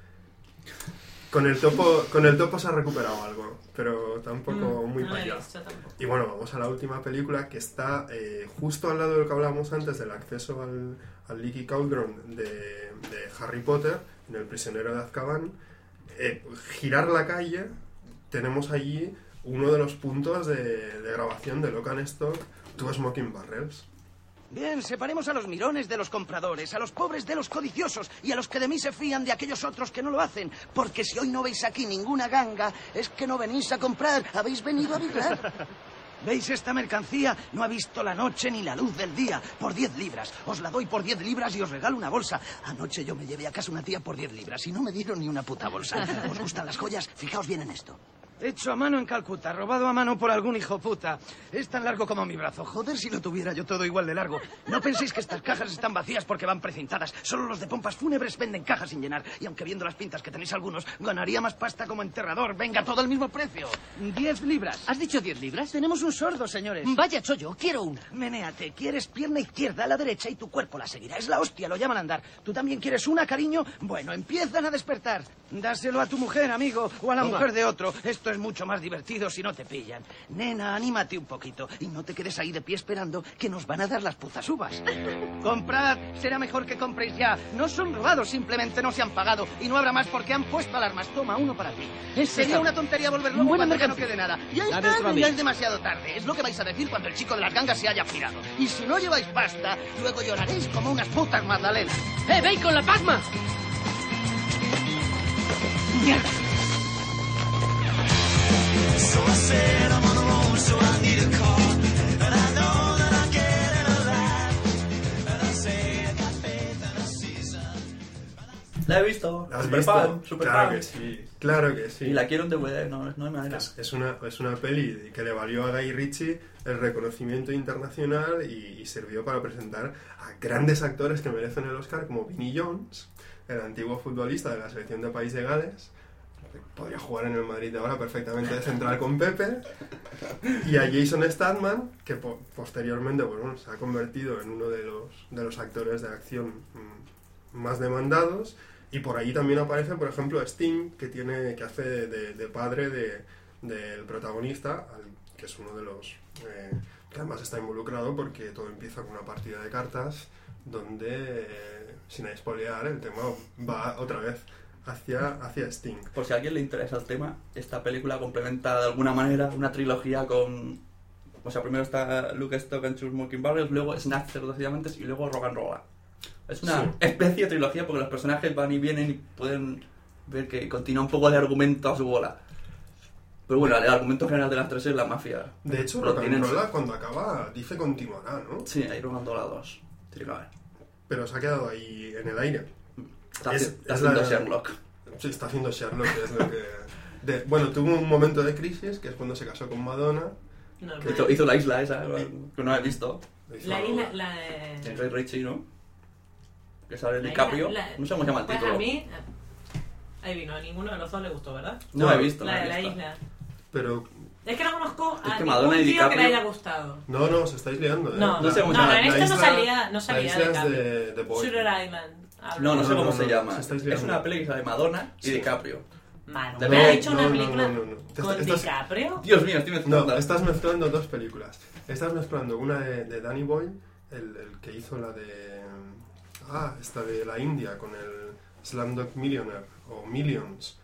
Con el topo, con el topo se ha recuperado algo, pero tampoco Mm, muy no para la he allá. visto tampoco. Y bueno, vamos a la última película que está eh, justo al lado de lo que hablábamos antes del acceso al, al Leaky Cauldron de, de Harry Potter, en El prisionero de Azkaban. Eh, girar la calle, tenemos allí uno de los puntos de, de grabación de Lock and Stock, Two Smoking Barrels. Bien, separemos a los mirones de los compradores, a los pobres de los codiciosos y a los que de mí se fían de aquellos otros que no lo hacen. Porque si hoy no veis aquí ninguna ganga, es que no venís a comprar, habéis venido a vibrar. ¿Veis esta mercancía? No ha visto la noche ni la luz del día. Por diez libras. Os la doy por diez libras y os regalo una bolsa. Anoche yo me llevé a casa una tía por diez libras y no me dieron ni una puta bolsa. ¿Os gustan las joyas? Fijaos bien en esto. Hecho a mano en Calcuta, robado a mano por algún hijo puta. Es tan largo como mi brazo. Joder, si lo tuviera yo todo igual de largo. No penséis que estas cajas están vacías porque van precintadas. Solo los de pompas fúnebres venden cajas sin llenar. Y aunque viendo las pintas que tenéis algunos, ganaría más pasta como enterrador. Venga, todo al mismo precio. Diez libras. ¿Has dicho diez libras? Tenemos un sordo, señores. Vaya chollo, quiero una. Menéate, quieres pierna izquierda a la derecha y tu cuerpo la seguirá. Es la hostia, lo llaman andar. ¿Tú también quieres una, cariño? Bueno, empiezan a despertar. Dáselo a tu mujer, amigo, o a la Toma. mujer de otro. Esto es mucho más divertido si no te pillan. Nena, anímate un poquito y no te quedes ahí de pie esperando que nos van a dar las puzas uvas. Comprad, será mejor que compréis ya. No son robados, simplemente no se han pagado y no habrá más porque han puesto alarmas. Toma, uno para ti. Sería una tontería volverlo Buena cuando ya no mercancía. quede nada. Ya Dame está, otro a ya mí. es demasiado tarde. Es lo que vais a decir cuando el chico de las gangas se haya pirado. Y si no lleváis pasta, luego lloraréis como unas putas magdalenas. ¡Eh, Bacon, la pasma! ¡Mierda! La he visto. ¿La has Super visto? fan, super Claro fan. que sí, claro que sí. Y la quiero en D V D, no, no hay manera. Es, es una, es una peli que le valió a Guy Ritchie el reconocimiento internacional y, y sirvió para presentar a grandes actores que merecen el Oscar, como Vinnie Jones, el antiguo futbolista de la selección de País de Gales. Podría jugar en el Madrid de ahora perfectamente de central con Pepe. Y a Jason Statham, que po- posteriormente pues, bueno, se ha convertido en uno de los, de los actores de acción mm, más demandados. Y por allí también aparece, por ejemplo, Sting, que tiene que hace de, de- de padre de- del protagonista, al- que es uno de los eh, que además está involucrado porque todo empieza con una partida de cartas donde, eh, sin spoilear, el tema va otra vez hacia, hacia Sting. Por si a alguien le interesa el tema, esta película complementa de alguna manera una trilogía con... O sea, primero está Luke Stock and Two Smoking Barrels, luego Snatcher, dos diamantes y luego Rock and Roll. Es una Sí. especie de trilogía porque los personajes van y vienen y pueden ver que continúa un poco de argumento a su bola. Pero bueno, el argumento general de las tres es la mafia. De hecho, Lo Rock and tienen- Roll, cuando acaba, dice continuará, ¿no? Sí, hay Rock and Roll dos. Tiene que haber. Pero se ha quedado ahí en el aire. Está, Es- haci- está es haciendo la- Sherlock. Sí, está haciendo Sherlock, que es lo que... de- bueno, tuvo un momento de crisis, que es cuando se casó con Madonna. Normal. Hizo, hizo la isla esa, que no he visto. Hizo La algo- isla, la de... En Ray Ritchie, ¿no? Que sale la DiCaprio. isla- la- No sé cómo se llama el pues título. a mí... Ahí vino, a ninguno de los dos le gustó, ¿verdad? No la he visto. La no de he la visto. isla. Pero... Es que no conozco Es a que ningún Madonna y tío que DiCaprio- le haya gustado. No, no, os estáis liando, ¿eh? No, No sé cómo se no, llama. en La esta no isla- salía, no la salía isla de es Caprio. de, de Boy. Shooter Island. hablo. No, no sé No, cómo no, se no, llama. se estáis Es liando. una peli que sale Madonna y Sí. DiCaprio. Mano, De ¿me verdad, ha hecho una no, no, película no, no, no. con Estás- DiCaprio? Dios mío, estoy mezclando. No, estás mezclando dos películas. Estás mezclando una de, de Danny Boyle, el, el que hizo la de... Ah, esta de la India, con el Slumdog Millionaire, o Millions,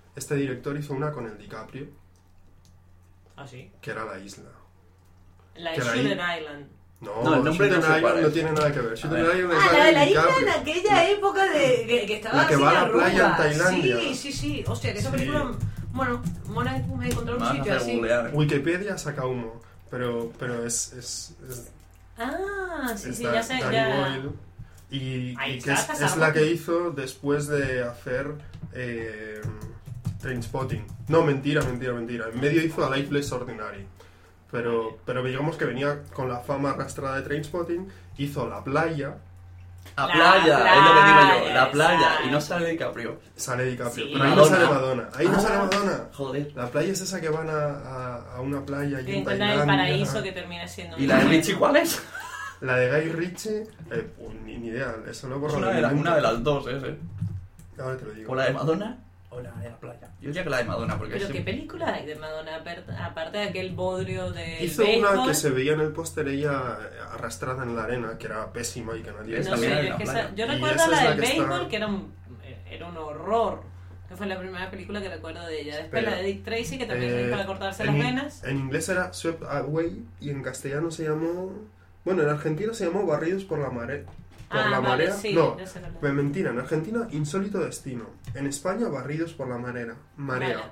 este director hizo una con el DiCaprio, ¿Ah, sí? que era La Isla. La de Que era Shooter ahí- Island. No, No, el nombre Shooter no se Island parece. no tiene nada que ver. Shooter ver. Island es Ah, la de la isla DiCaprio. en aquella época de que, que estaba La que así va a la arruga. playa en Tailandia. Sí, sí, sí. Hostia, que esa Sí. película... Bueno, Mona me encontró un Me vas a sitio hacer así. googlear. Wikipedia saca humo, pero, pero es, es, es Ah, sí, sí, está ya sé, Danny ya... Boyle, y, Ahí y que está, es, casado. es la que hizo después de hacer eh, Trainspotting. No, mentira, mentira, mentira. En medio hizo A Life Less Ordinary. Pero, pero digamos que venía con la fama arrastrada de Trainspotting, hizo La Playa, La La playa, es lo que digo yo, playa, la playa, exacto. y no sale DiCaprio. sale DiCaprio, Sí. pero ahí no Madonna. sale Madonna. Ahí no Ah. sale Madonna. Joder. La playa es esa que van a, a, a una playa allí Que en encuentran el Tailandia. paraíso que termina siendo... ¿Y la de Richie cuál es? La de Guy Ritchie, eh, pues, ni, ni idea, eso lo he Es borrado una de de, mi la- mente. una de las dos, ese. Ahora te lo digo. ¿O la de Madonna o la de la playa? Yo diría que la de Madonna, porque Pero sí- ¿qué película hay de Madonna aper- aparte de aquel bodrio de Hizo béisbol? una que se veía en el póster ella arrastrada en la arena, que era pésima y que nadie... Esa No también sé, hay yo, en es la que playa. esa- yo Y recuerdo esa la es la del que está- béisbol, que era un, era un horror. Que fue la primera película que recuerdo de ella. Después Pero, la de Dick Tracy, que también Eh, es para cortarse en, las in- venas. en inglés era Swept Away y en castellano se llamó... Bueno, en Argentina se llamó Barridos por la Marea. Por Ah, la vale, marea. sí, no, ya sé cuál es. pues mentira, en Argentina Insólito Destino. En España Barridos por la marea. Marea. Vale.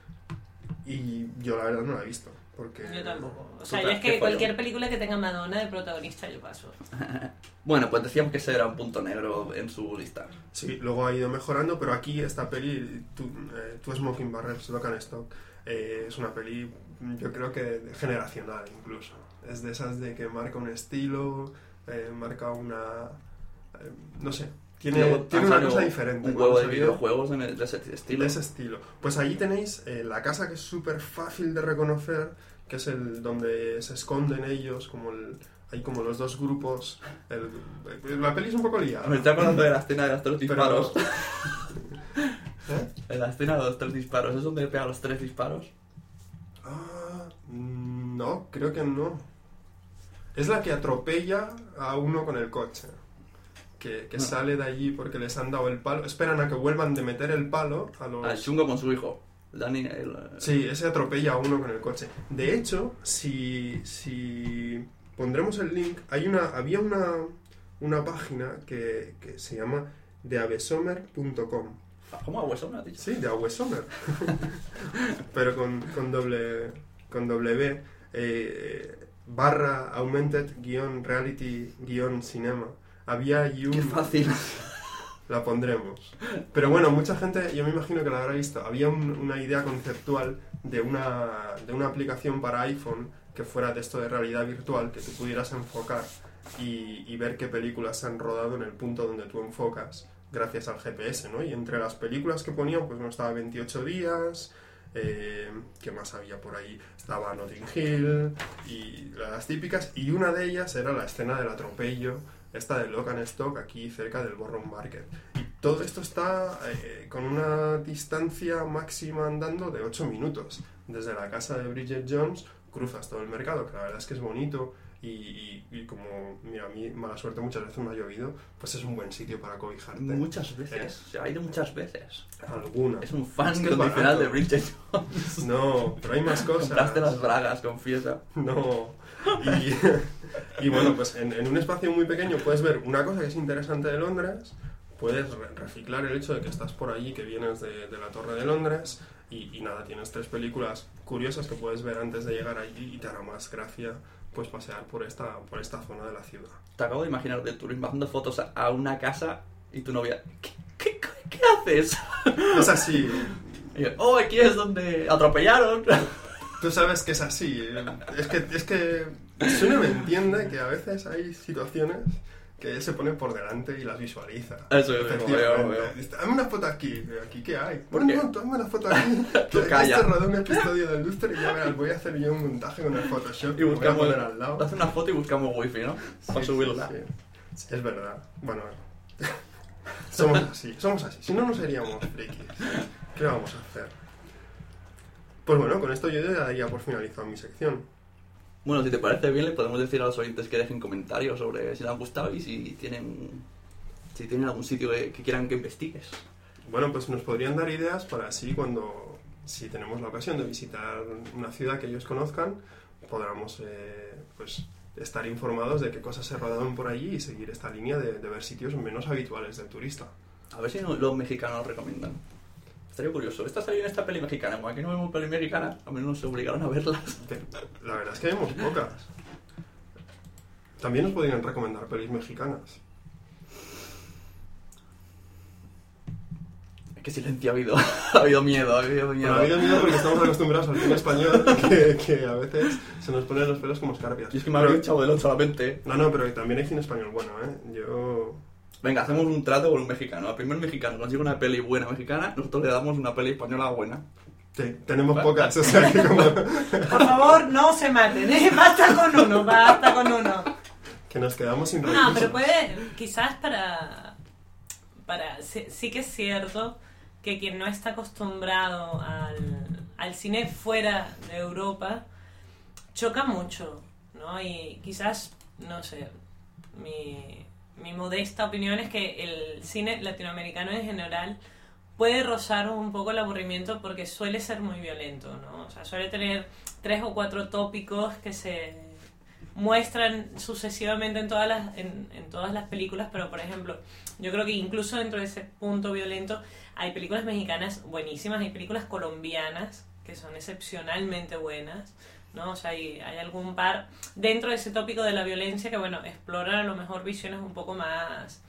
Y yo la verdad no la he visto. Porque... Yo tampoco. O sea, Total, yo es qué que follón. cualquier película que tenga Madonna de protagonista yo paso. Bueno, pues decíamos que ese era un punto negro en su lista. Sí, luego ha ido mejorando, pero aquí esta peli, Two, eh, Two Smoking Barrels, Lock and Stock, eh, es una peli, yo creo que generacional incluso. Es de esas de que marca un estilo, eh, marca una... eh, no sé, tiene, Luego tiene han una salido cosa diferente. Un Cuando huevo de salió- videojuegos en el- de ese estilo. de ese estilo. Pues allí tenéis eh, la casa que es súper fácil de reconocer, que es el donde se esconden ellos, como el, hay como los dos grupos. El- la peli es un poco liada. Me estoy acordando de la escena de los tres Pero- disparos. ¿Eh? En la escena de los tres disparos, ¿es donde pega los tres disparos? Ah, mm, no, creo que no. Es la que atropella a uno con el coche. Que, que No. sale de allí porque les han dado el palo. Esperan a que vuelvan de meter el palo a los... Al chungo con su hijo. Dani, el, Sí, ese atropella a uno con el coche. De hecho, si, si pondremos el link, hay una, había una, una página que, que se llama de avesomer punto com. ¿Cómo a hueso me has dicho? Sí, de Awesomer. Pero con, con doble con doble B, eh, barra augmented guión reality guión cinema. Había allí un... Qué fácil. La pondremos. Pero bueno, mucha gente, yo me imagino que la habrá visto. Había un- una idea conceptual de una, de una aplicación para iPhone que fuera de esto de realidad virtual, que tú pudieras enfocar y, y ver qué películas se han rodado en el punto donde tú enfocas gracias al G P S, ¿no? Y entre las películas que ponían, pues no estaba veintiocho días, eh, ¿qué más había por ahí? Estaba Notting Hill y las típicas, y una de ellas era la escena del atropello, esta de Lock and Stock, aquí cerca del Borough Market. Y todo esto está eh, con una distancia máxima andando de ocho minutos. Desde la casa de Bridget Jones cruzas todo el mercado, que la verdad es que es bonito. Y, y, y como, mira, a mí mala suerte muchas veces me ha llovido, pues es un buen sitio para cobijarte. Muchas veces. Se ha ido muchas veces. Algunas. Es un fan Es que es incondicional barato. de Bridget Jones. No, pero hay más cosas. Compraste las bragas, confiesa. No. Y, y bueno, pues en, en un espacio muy pequeño puedes ver una cosa que es interesante de Londres, puedes re- reciclar el hecho de que estás por allí, que vienes de, de la Torre de Londres, y, y nada, tienes tres películas curiosas que puedes ver antes de llegar allí y te hará más gracia pues pasear por esta, por esta zona de la ciudad. Te acabo de imaginar de turismo haciendo fotos a, a una casa y tu novia. ¿Qué, qué, qué haces? Es así. Y yo, oh, aquí es donde atropellaron. Tú sabes que es así. Es que, es que Sune me entiende que a veces hay situaciones que él se pone por delante y las visualiza. Eso es, lo veo, lo veo. Dice, dame una foto aquí. ¿Aquí qué hay? ¿Por No, qué? no, tú dame una foto aquí. Tú Que calla. Este rodó un episodio del Lustre y ya verás, voy a hacer yo un montaje con el Photoshop Y y lo voy a buscamos. poner al lado. Hace una foto y buscamos wifi, ¿no? Para Sí, subirla. sí, sí. Es verdad. Bueno, somos así, somos así. Si no, no seríamos frikis. ¿Qué vamos a hacer? Pues bueno, con esto yo ya daría por finalizado mi sección. Bueno, si te parece bien, le podemos decir a los oyentes que dejen comentarios sobre si les han gustado y si tienen si tienen algún sitio que, que quieran que investigues. Bueno, pues nos podrían dar ideas para así cuando, si tenemos la ocasión de visitar una ciudad que ellos conozcan, podamos eh, pues estar informados de qué cosas se rodaron por allí y seguir esta línea de, de ver sitios menos habituales del turista. A ver si no, los mexicanos recomiendan. Estaría curioso. Esta salió en esta peli mexicana. Como aquí no vemos peli mexicana, a menos nos obligaron a verlas. La verdad es que vemos pocas. También nos podrían recomendar pelis mexicanas. Qué silencio ha habido. Ha habido miedo, ha habido miedo. Bueno, ha habido miedo porque estamos acostumbrados al cine español que, que a veces se nos ponen los pelos como escarpias. Y es que me ha habido Chavo del Ocho a la mente. No, no, pero también hay cine español bueno, ¿eh? Yo... Venga, hacemos un trato con un mexicano. Al primer mexicano consigue una peli buena mexicana, nosotros le damos una peli española buena. Sí, tenemos ¿vale? pocas, o sea que como... Por favor, no se maten, ¿eh? Basta con uno, basta con uno. Que nos quedamos sin recursos. No, pero puede, quizás para... para sí, sí que es cierto que quien no está acostumbrado al, al cine fuera de Europa choca mucho, ¿no? Y quizás, no sé, mi... mi modesta opinión es que el cine latinoamericano en general puede rozar un poco el aburrimiento porque suele ser muy violento, ¿no? O sea, suele tener tres o cuatro tópicos que se muestran sucesivamente en todas las, en, en todas las películas, pero por ejemplo, yo creo que incluso dentro de ese punto violento hay películas mexicanas buenísimas, hay películas colombianas que son excepcionalmente buenas, ¿no? O sea, hay, hay algún par dentro de ese tópico de la violencia que, bueno, exploran a lo mejor visiones un poco más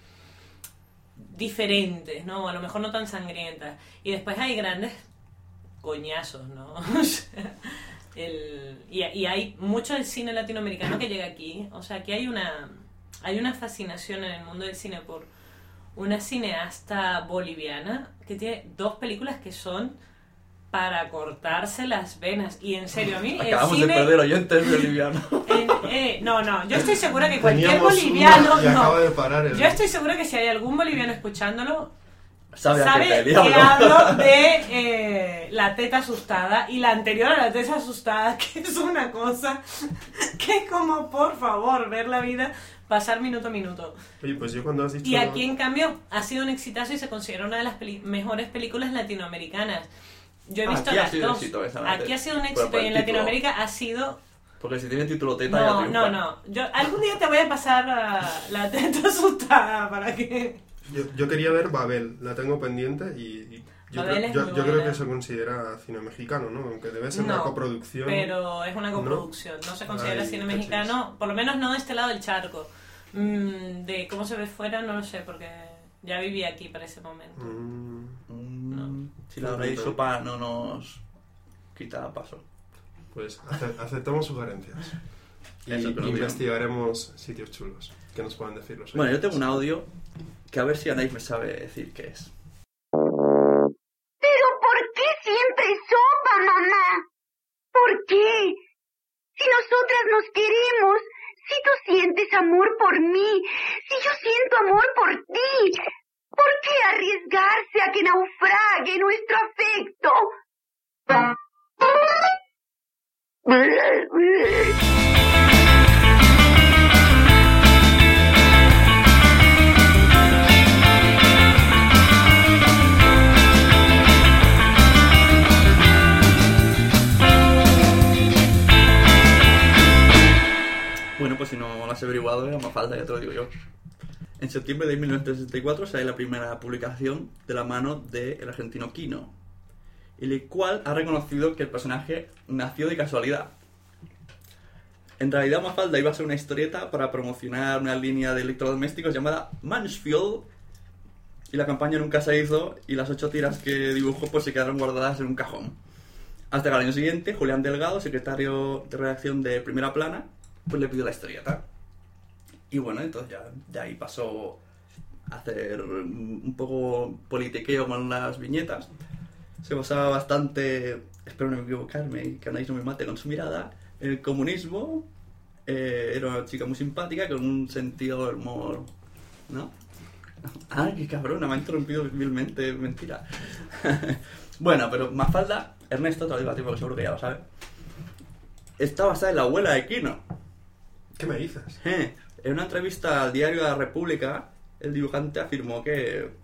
diferentes, ¿no? A lo mejor no tan sangrientas. Y después hay grandes coñazos, ¿no? O sea, el, y, y hay mucho del cine latinoamericano que llega aquí. O sea, aquí hay una, hay una fascinación en el mundo del cine por una cineasta boliviana que tiene dos películas que son para cortarse las venas. Y en serio, a mí Acabamos el cine... de perder oyentes bolivianos. En, eh, no, no, yo estoy segura que cualquier Teníamos boliviano... Y acaba de parar el... Yo estoy segura que si hay algún boliviano escuchándolo, sabe, sabe que, que hablo de eh, La teta asustada y la anterior a La teta asustada, que es una cosa que es como, por favor, ver la vida pasar minuto a minuto. Oye, pues yo cuando has dicho... Y aquí, en cambio, ha sido un exitazo y se considera una de las peli- mejores películas latinoamericanas. Yo he visto aquí las ha sido dos. Éxito, esa, aquí te... ha sido un éxito y en Latinoamérica ha sido... Porque si tiene título teta no, ya triunfa. No, no, yo algún día te voy a pasar a La teta asustada para que... Yo, yo quería ver Babel, la tengo pendiente y... y yo Babel creo, es yo, muy yo creo buena. que se considera cine mexicano, ¿no? Aunque debe ser no, una coproducción. Pero es una coproducción, no, no se considera Ay, cine cachis. mexicano, por lo menos no de este lado del charco. Mm, de cómo se ve fuera no lo sé, porque ya viví aquí para ese momento. Mm. Mm, si la Rey Sopa no nos quita paso. Pues ace- aceptamos sugerencias. Y Eso, pero investigaremos sitios chulos que nos puedan decir los Bueno, yo oyentes. tengo un audio que a ver si Anaís me sabe decir qué es. ¿Pero por qué siempre sopa, mamá? ¿Por qué? Si nosotras nos queremos, si tú sientes amor por mí, si yo siento amor por ti, ¿por qué arriesgarse a que naufrague nuestro afecto? Bueno, pues si no lo has averiguado, era más falta, ya te lo digo yo. En septiembre de mil novecientos sesenta y cuatro sale la primera publicación de la mano del argentino Quino, el cual ha reconocido que el personaje nació de casualidad. En realidad, Mafalda iba a ser una historieta para promocionar una línea de electrodomésticos llamada Mansfield, y la campaña nunca se hizo, y las ocho tiras que dibujó pues se quedaron guardadas en un cajón. Hasta que al año siguiente, Julián Delgado, secretario de redacción de Primera Plana, pues le pidió la historieta. Y bueno, entonces ya de ahí pasó a hacer un poco politiqueo con las viñetas. Se basaba bastante, espero no equivocarme y que Anaís no me mate con su mirada, en el comunismo. Eh, era una chica muy simpática con un sentido del humor, ¿no? Ah, qué cabrona, me ha interrumpido vilmente, mentira. Bueno, pero Mafalda, Ernesto, te lo digo a ti porque seguro que ya lo sabes, está basada en la abuela de Quino. ¿Qué me dices? Eh, en una entrevista al diario La República, el dibujante afirmó que,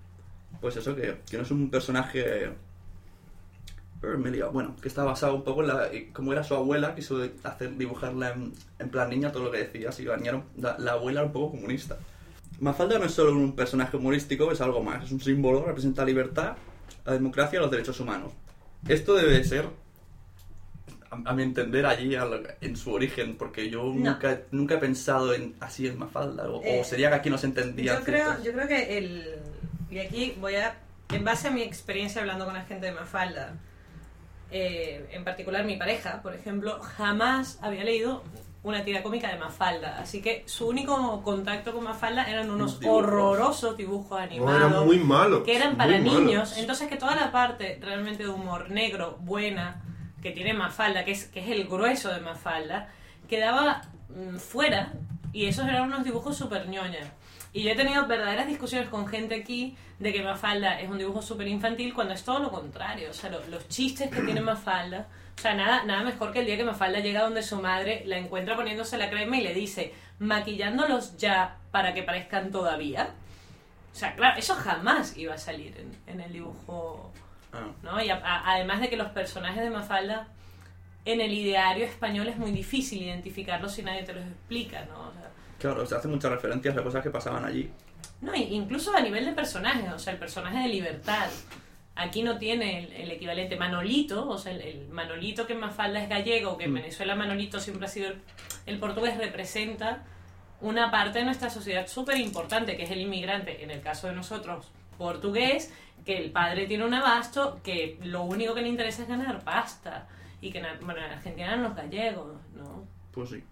pues eso, que, que no es un personaje... Pero me he liado. Bueno, que está basado un poco en la, como era su abuela, quiso hacer, dibujarla en, en plan niña, todo lo que decía, así bañaron. La, la abuela era un poco comunista. Mafalda no es solo un personaje humorístico, es algo más. Es un símbolo, representa la libertad, la democracia y los derechos humanos. Esto debe ser, a, a mi entender, allí a lo, en su origen, porque yo no. nunca, nunca he pensado en así en Mafalda, o, eh, o sería que aquí no se entendía. Yo creo, yo creo que el... Y aquí voy a... En base a mi experiencia hablando con la gente de Mafalda, eh, en particular mi pareja, por ejemplo, jamás había leído una tira cómica de Mafalda, así que su único contacto con Mafalda eran unos dibujos. horrorosos dibujos animados, no, eran muy malos, que eran para muy niños, malos. Entonces que toda la parte realmente de humor negro, buena, que tiene Mafalda, que es, que es el grueso de Mafalda, quedaba mmm, fuera, y esos eran unos dibujos súper ñoñas. Y yo he tenido verdaderas discusiones con gente aquí de que Mafalda es un dibujo súper infantil cuando es todo lo contrario. O sea, lo, los chistes que tiene Mafalda... O sea, nada, nada mejor que el día que Mafalda llega donde su madre la encuentra poniéndose la crema y le dice, maquillándolos ya para que parezcan todavía. O sea, claro, eso jamás iba a salir en, en el dibujo, ¿no? Y a, a, además de que los personajes de Mafalda en el ideario español es muy difícil identificarlos si nadie te los explica, ¿no? O sea, claro, se hacen muchas referencias a cosas que pasaban allí. No, incluso a nivel de personajes, o sea, el personaje de Libertad. Aquí no tiene el, el equivalente Manolito, o sea, el, el Manolito que en Mafalda es gallego, que en Venezuela Manolito siempre ha sido el, el portugués, representa una parte de nuestra sociedad súper importante, que es el inmigrante, en el caso de nosotros, portugués, que el padre tiene un abasto, que lo único que le interesa es ganar pasta, y que, bueno, en Argentina eran los gallegos, ¿no? Pues sí.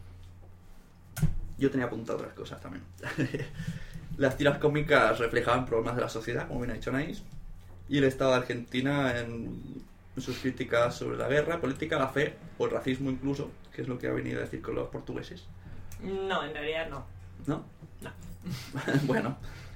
Yo tenía apuntado otras cosas también. Las tiras cómicas reflejaban problemas de la sociedad, como bien ha dicho Naís, y el Estado de Argentina en sus críticas sobre la guerra, política, la fe o el racismo incluso, que es lo que ha venido a decir con los portugueses. No, en realidad no. ¿No? No. Bueno.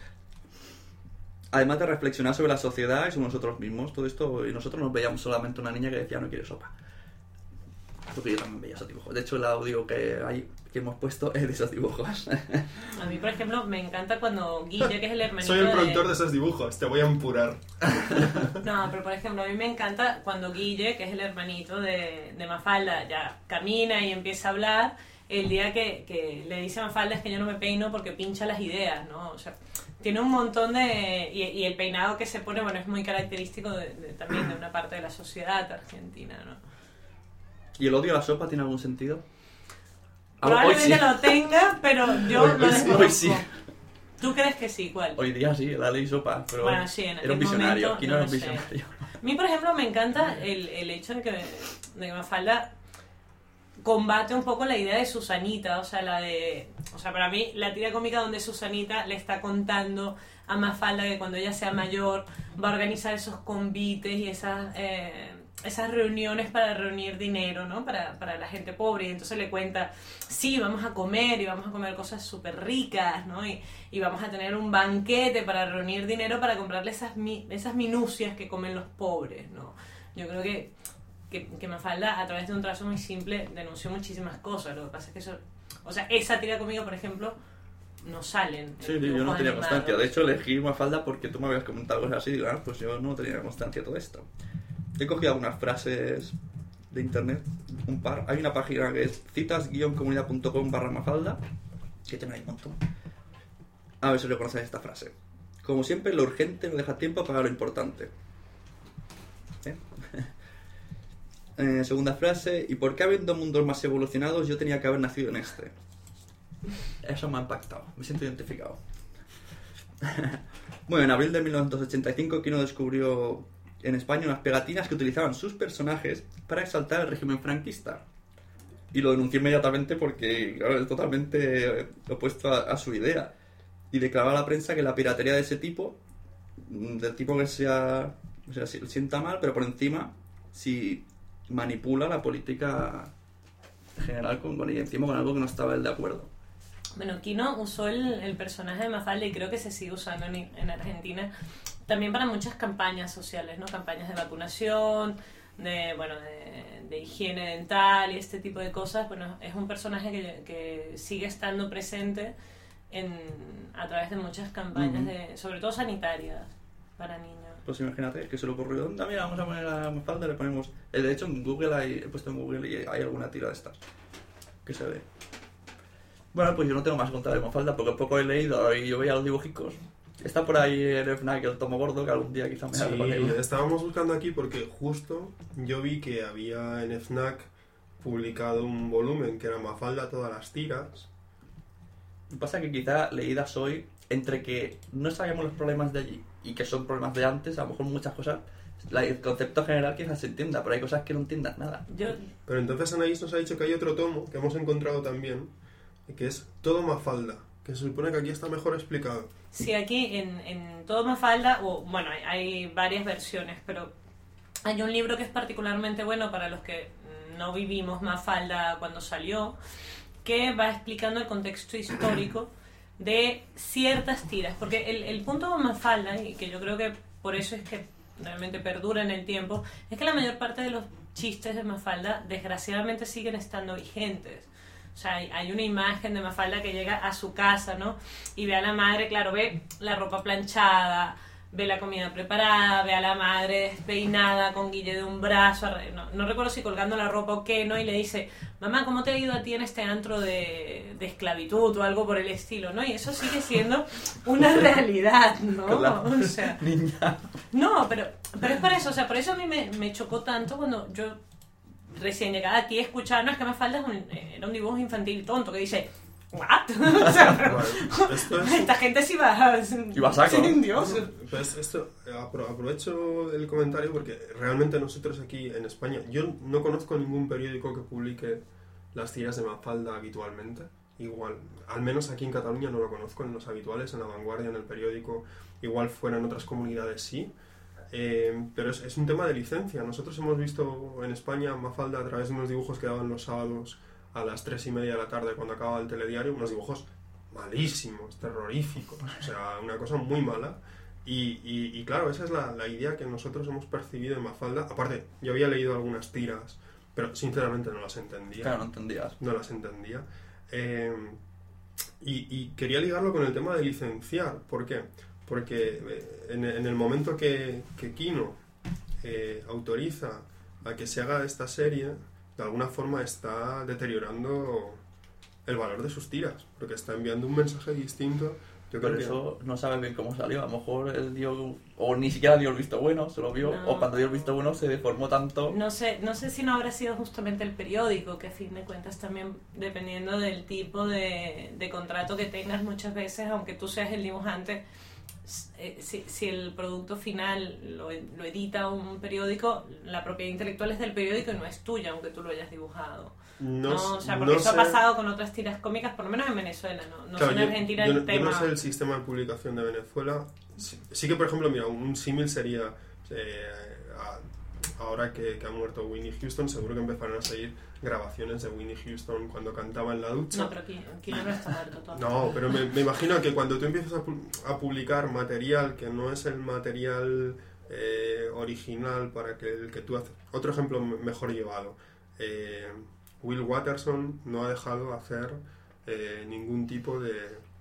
Además de reflexionar sobre la sociedad y sobre nosotros mismos, todo esto, y nosotros nos veíamos solamente una niña que decía no quiere sopa. Porque yo también veía esos dibujos. De hecho, el audio que hay que hemos puesto es de esos dibujos. A mí, por ejemplo, me encanta cuando Guille, que es el hermanito Soy el productor de... de esos dibujos, te voy a empurar. No, pero por ejemplo, a mí me encanta cuando Guille, que es el hermanito de, de Mafalda, ya camina y empieza a hablar, el día que, que le dice a Mafalda es que yo no me peino porque pincha las ideas, ¿no? O sea, tiene un montón de... Y, y el peinado que se pone, bueno, es muy característico de, de, también de una parte de la sociedad argentina, ¿no? ¿Y el odio a la sopa tiene algún sentido? Probablemente sí lo tenga, pero yo hoy, lo hoy desconozco. Hoy sí. ¿Tú crees que sí? ¿Cuál? Hoy día sí, la ley sopa, pero bueno, sí, en era un visionario. Momento, Aquí no, no era un sé. visionario. A mí, por ejemplo, me encanta el, el hecho de que, de que Mafalda combate un poco la idea de Susanita, o sea, la de... O sea, para mí, la tira cómica donde Susanita le está contando a Mafalda que cuando ella sea mayor va a organizar esos convites y esas... Eh, esas reuniones para reunir dinero, ¿no? Para, para la gente pobre, y entonces le cuenta, sí, vamos a comer, y vamos a comer cosas súper ricas, ¿no? Y, y vamos a tener un banquete para reunir dinero para comprarle esas, mi, esas minucias que comen los pobres, ¿no? Yo creo que, que, que Mafalda, a través de un trazo muy simple, denunció muchísimas cosas, lo que pasa es que eso... O sea, esa tira conmigo, por ejemplo, no salen. Sí, yo no tenía constancia, de hecho elegí Mafalda porque tú me habías comentado cosas así, y digo, ah, pues yo no tenía constancia de todo esto. He cogido algunas frases de internet, un par. Hay una página que es citas guion comunidad punto com barra mafalda, que tiene ahí un montón. A ver si reconocéis esta frase. Como siempre, lo urgente no deja tiempo para lo importante. ¿Eh? eh, segunda frase. ¿Y por qué habiendo mundos más evolucionados yo tenía que haber nacido en este? Eso me ha impactado. Me siento identificado. Bueno, en abril de mil novecientos ochenta y cinco, Quino descubrió en España unas pegatinas que utilizaban sus personajes para exaltar el régimen franquista. Y lo denunció inmediatamente porque, claro, es totalmente opuesto a, a su idea. Y declaraba a la prensa que la piratería de ese tipo, del tipo que sea, o sea, si sienta mal, pero por encima, si manipula la política general con, con, y encima con algo que no estaba él de acuerdo. Bueno, Quino usó el, el personaje de Mafalda y creo que se sigue usando en, en Argentina también para muchas campañas sociales, ¿no? Campañas de vacunación, de, bueno, de, de higiene dental y este tipo de cosas. Bueno, es un personaje que, que sigue estando presente en, a través de muchas campañas, uh-huh. de, sobre todo sanitarias. para niños. Pues imagínate que se le ocurrió, "Ah, mira, vamos a poner a Mafalda, le ponemos... Eh, De hecho, en Google hay, he puesto en Google y hay alguna tira de estas que se ve. Bueno, pues yo no tengo más que contar de Mafalda porque poco he leído y yo veía los dibujicos. Está por ahí el FNAC, el tomo gordo, que algún día quizá me haga Sí, con él. estábamos buscando aquí porque justo yo vi que había en FNAC publicado un volumen que era Mafalda todas las tiras. Lo que pasa es que quizá leídas hoy, entre que no sabíamos los problemas de allí y que son problemas de antes, a lo mejor muchas cosas, la- el concepto general quizás se entienda, pero hay cosas que no entiendas nada. Yo, Pero entonces Anaís nos ha dicho que hay otro tomo que hemos encontrado también, que es Todo Mafalda, que se supone que aquí está mejor explicado. sí, aquí en, en todo Mafalda, o bueno, hay, hay varias versiones, pero hay un libro que es particularmente bueno para los que no vivimos Mafalda cuando salió, que va explicando el contexto histórico de ciertas tiras, porque el, el punto de Mafalda, y que yo creo que por eso es que realmente perdura en el tiempo, es que la mayor parte de los chistes de Mafalda desgraciadamente siguen estando vigentes. O sea, hay, hay una imagen de Mafalda que llega a su casa, ¿no? Y ve a la madre, claro, ve la ropa planchada, ve la comida preparada, ve a la madre despeinada con Guille de un brazo, arre- no, no recuerdo si colgando la ropa o qué, ¿no? Y le dice, mamá, ¿cómo te ha ido a ti en este antro de, de esclavitud o algo por el estilo, ¿no? Y eso sigue siendo una realidad, ¿no? Claro. O sea, Niña. no, pero, pero es por eso, o sea, por eso a mí me, me chocó tanto cuando yo recién llegada aquí escuchaba, no, es que Mafalda es un, era un dibujo infantil tonto que dice, ¿what? O sea, pero, Bueno, esto es- esta gente sí va, Iba a saco. sí, Dios. Pues esto, apro- aprovecho el comentario porque realmente nosotros aquí en España, yo no conozco ningún periódico que publique las tiras de Mafalda habitualmente. Igual, al menos aquí en Cataluña no lo conozco, en los habituales, en La Vanguardia, en El Periódico, igual fuera en otras comunidades sí. Eh, pero es, es un tema de licencia. Nosotros hemos visto en España Mafalda a través de unos dibujos que daban los sábados a las tres y media de la tarde cuando acababa el telediario, unos dibujos malísimos, terroríficos, o sea, una cosa muy mala. Y, y, y claro, esa es la, la idea que nosotros hemos percibido en Mafalda. Aparte, yo había leído algunas tiras, pero sinceramente no las entendía. Claro, no entendías. No las entendía. Eh, y, y quería ligarlo con el tema de licenciar. ¿Por qué? Porque eh, en, en el momento que, que Kino eh, autoriza a que se haga esta serie, de alguna forma está deteriorando el valor de sus tiras, porque está enviando un mensaje distinto. Yo Por creo que eso no sabe bien cómo salió. A lo mejor él dio, o ni siquiera dio el visto bueno, se lo vio, No. o cuando dio el visto bueno se deformó tanto. No sé, no sé si no habrá sido justamente el periódico, que a fin de cuentas también, dependiendo del tipo de, de contrato que tengas muchas veces, aunque tú seas el dibujante, eh, si, si el producto final lo, lo edita un periódico, la propiedad intelectual es del periódico y no es tuya, aunque tú lo hayas dibujado. no, No, o sea, porque no eso sé- ha pasado con otras tiras cómicas, por lo menos en Venezuela, no, no Claro, sé en yo- Argentina yo, el no- yo tema. no sé el sistema de publicación de Venezuela. Sí, sí que, por ejemplo, mira, un símil sería eh, a- ahora que, que ha muerto Whitney Houston, seguro que empezarán a seguir grabaciones de Whitney Houston cuando cantaba en la ducha. No, pero aquí, aquí no está muerto todo. No, pero me, me imagino que cuando tú empiezas a, pu- a publicar material que no es el material eh, original para que el que tú haces... Otro ejemplo me- mejor llevado. Eh, Will Watterson no ha dejado hacer eh, ningún tipo de,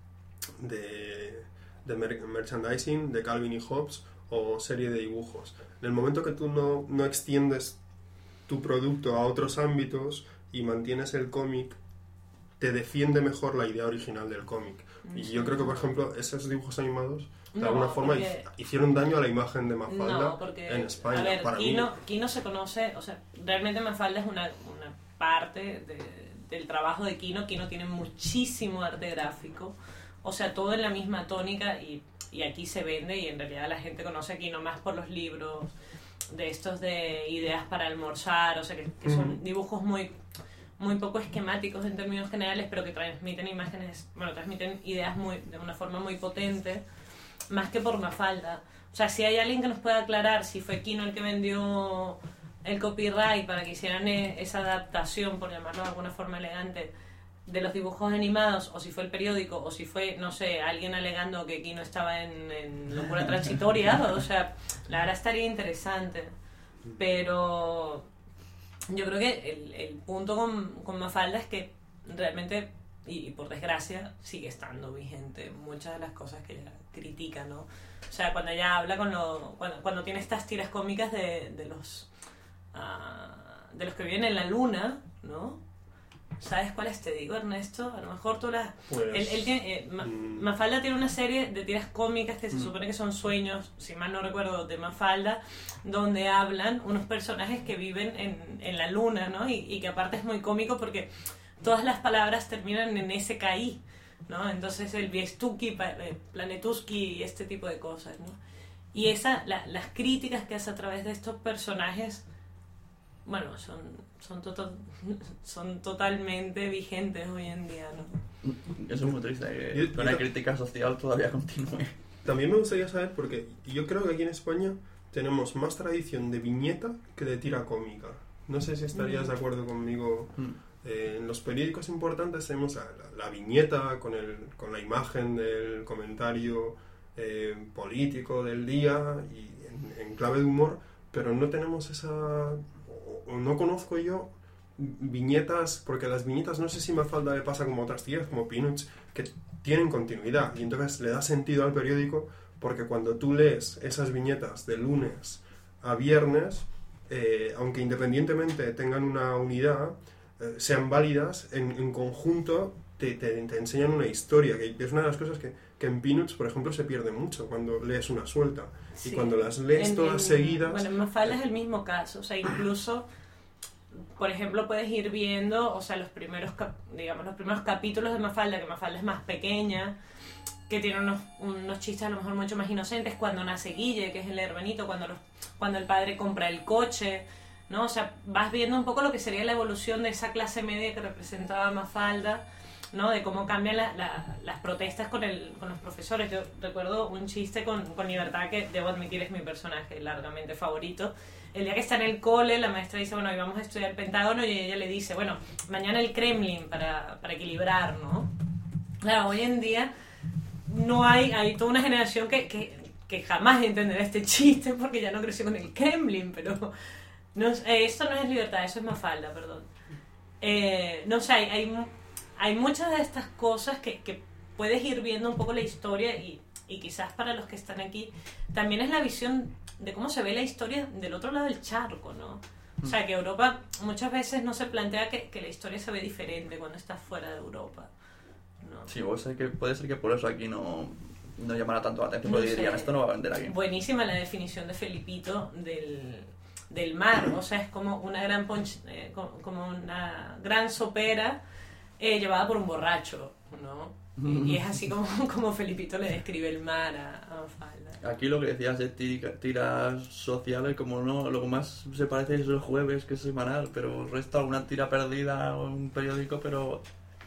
de, de mer- merchandising de Calvin y Hobbes o serie de dibujos. En el momento que tú no, no extiendes tu producto a otros ámbitos y mantienes el cómic, te defiende mejor la idea original del cómic. Y yo creo que, por ejemplo, esos dibujos animados de No, alguna forma porque- hicieron daño a la imagen de Mafalda No, porque, en España. a ver, para mí. Kino, Kino se conoce, o sea, realmente Mafalda es una, una parte de, del trabajo de Kino. Kino tiene muchísimo arte gráfico, o sea, todo en la misma tónica y, y aquí se vende y en realidad la gente conoce a Kino más por los libros de estos de ideas para almorzar, o sea, que, que son Ujú. dibujos muy muy poco esquemáticos en términos generales, pero que transmiten imágenes, bueno, transmiten ideas muy de una forma muy potente, más que por Mafalda. O sea, si hay alguien que nos pueda aclarar si fue Kino el que vendió el copyright para que hicieran e- esa adaptación, por llamarlo de alguna forma elegante, de los dibujos animados, o si fue el periódico, o si fue, no sé, alguien alegando que Kino estaba en, en locura transitoria, o sea, la verdad estaría interesante. Pero yo creo que el, el punto con, con Mafalda es que realmente, y, y por desgracia, sigue estando vigente muchas de las cosas que ella critica, ¿no? O O sea, cuando ella habla con lo, cuando, cuando tiene estas tiras cómicas de, de los uh, de los que viven en la luna, ¿no? ¿Sabes cuáles te digo, Ernesto? A lo mejor tú las... Pues, él, él tiene, eh, Ma- mm. Mafalda tiene una serie de tiras cómicas que se Mm. supone que son sueños, si mal no recuerdo, de Mafalda, donde hablan unos personajes que viven en, en la luna, ¿no? Y, y que aparte es muy cómico porque todas las palabras terminan en S K I, ¿no? Entonces el Viestuki, pa- eh, Planetuski y este tipo de cosas, ¿no? Y esa, la- las críticas que hace a través de estos personajes, bueno, son, son, toto- son totalmente vigentes hoy en día, ¿no? Eso es muy triste, que Yo- con la yo- crítica social todavía continúe. También me gustaría saber, porque yo creo que aquí en España tenemos más tradición de viñeta que de tira cómica. No sé si estarías Mm. de acuerdo conmigo. Mm. Eh, en los periódicos importantes tenemos la, la- la viñeta con, el, con la imagen del comentario eh, político del día y en, en clave de humor, pero no tenemos esa... o, o no conozco yo viñetas, porque las viñetas no sé si Mafalda le pasa como otras tías, como Peanuts, que tienen continuidad y entonces le da sentido al periódico, porque cuando tú lees esas viñetas de lunes a viernes, eh, aunque independientemente tengan una unidad, eh, sean válidas, en, en conjunto te, te, te enseñan una historia, que es una de las cosas que, que en Peanuts, por ejemplo, se pierde mucho cuando lees una suelta. Sí. Y cuando las lees En- todas en- seguidas... Bueno, en Mafalda es el mismo caso, o sea, incluso, por ejemplo, puedes ir viendo, o sea, los primeros, cap- digamos, los primeros capítulos de Mafalda, que Mafalda es más pequeña, que tiene unos, unos chistes a lo mejor mucho más inocentes, cuando nace Guille, que es el hermanito, cuando, los, cuando el padre compra el coche, ¿no? O sea, vas viendo un poco lo que sería la evolución de esa clase media que representaba Mafalda, ¿no? De cómo cambian la, la, las protestas con, el, con los profesores. Yo recuerdo un chiste con, con Libertad, que debo admitir es mi personaje largamente favorito. El día que está en el cole, la maestra dice, bueno, hoy vamos a estudiar el Pentágono, y ella le dice, bueno, mañana el Kremlin para, para equilibrar, ¿no? Claro, hoy en día no hay, hay toda una generación que, que, que jamás entenderá este chiste porque ya no creció con el Kremlin, pero no, eh, esto no es Libertad, eso es Mafalda, perdón. Eh, no sé, hay, hay, hay muchas de estas cosas que, que puedes ir viendo un poco la historia y, y quizás para los que están aquí también es la visión de cómo se ve la historia del otro lado del charco, ¿no? O sea, que Europa muchas veces no se plantea que, que la historia se ve diferente cuando estás fuera de Europa, ¿no? Sí, puede ser que, puede ser que por eso aquí no, no llamará tanto la atención, No porque sé. dirían, esto no va a vender aquí. Buenísima la definición de Felipito del, del mar, o sea, es como una gran ponch- eh, co- como una gran sopera eh, llevada por un borracho, ¿no? Y, y es así como, como Felipito le describe el mar a, a Mafalda. Aquí lo que decías de tir- tiras sociales, como no, lo que más se parece es el jueves, que es semanal, pero el resto alguna tira perdida o un periódico, pero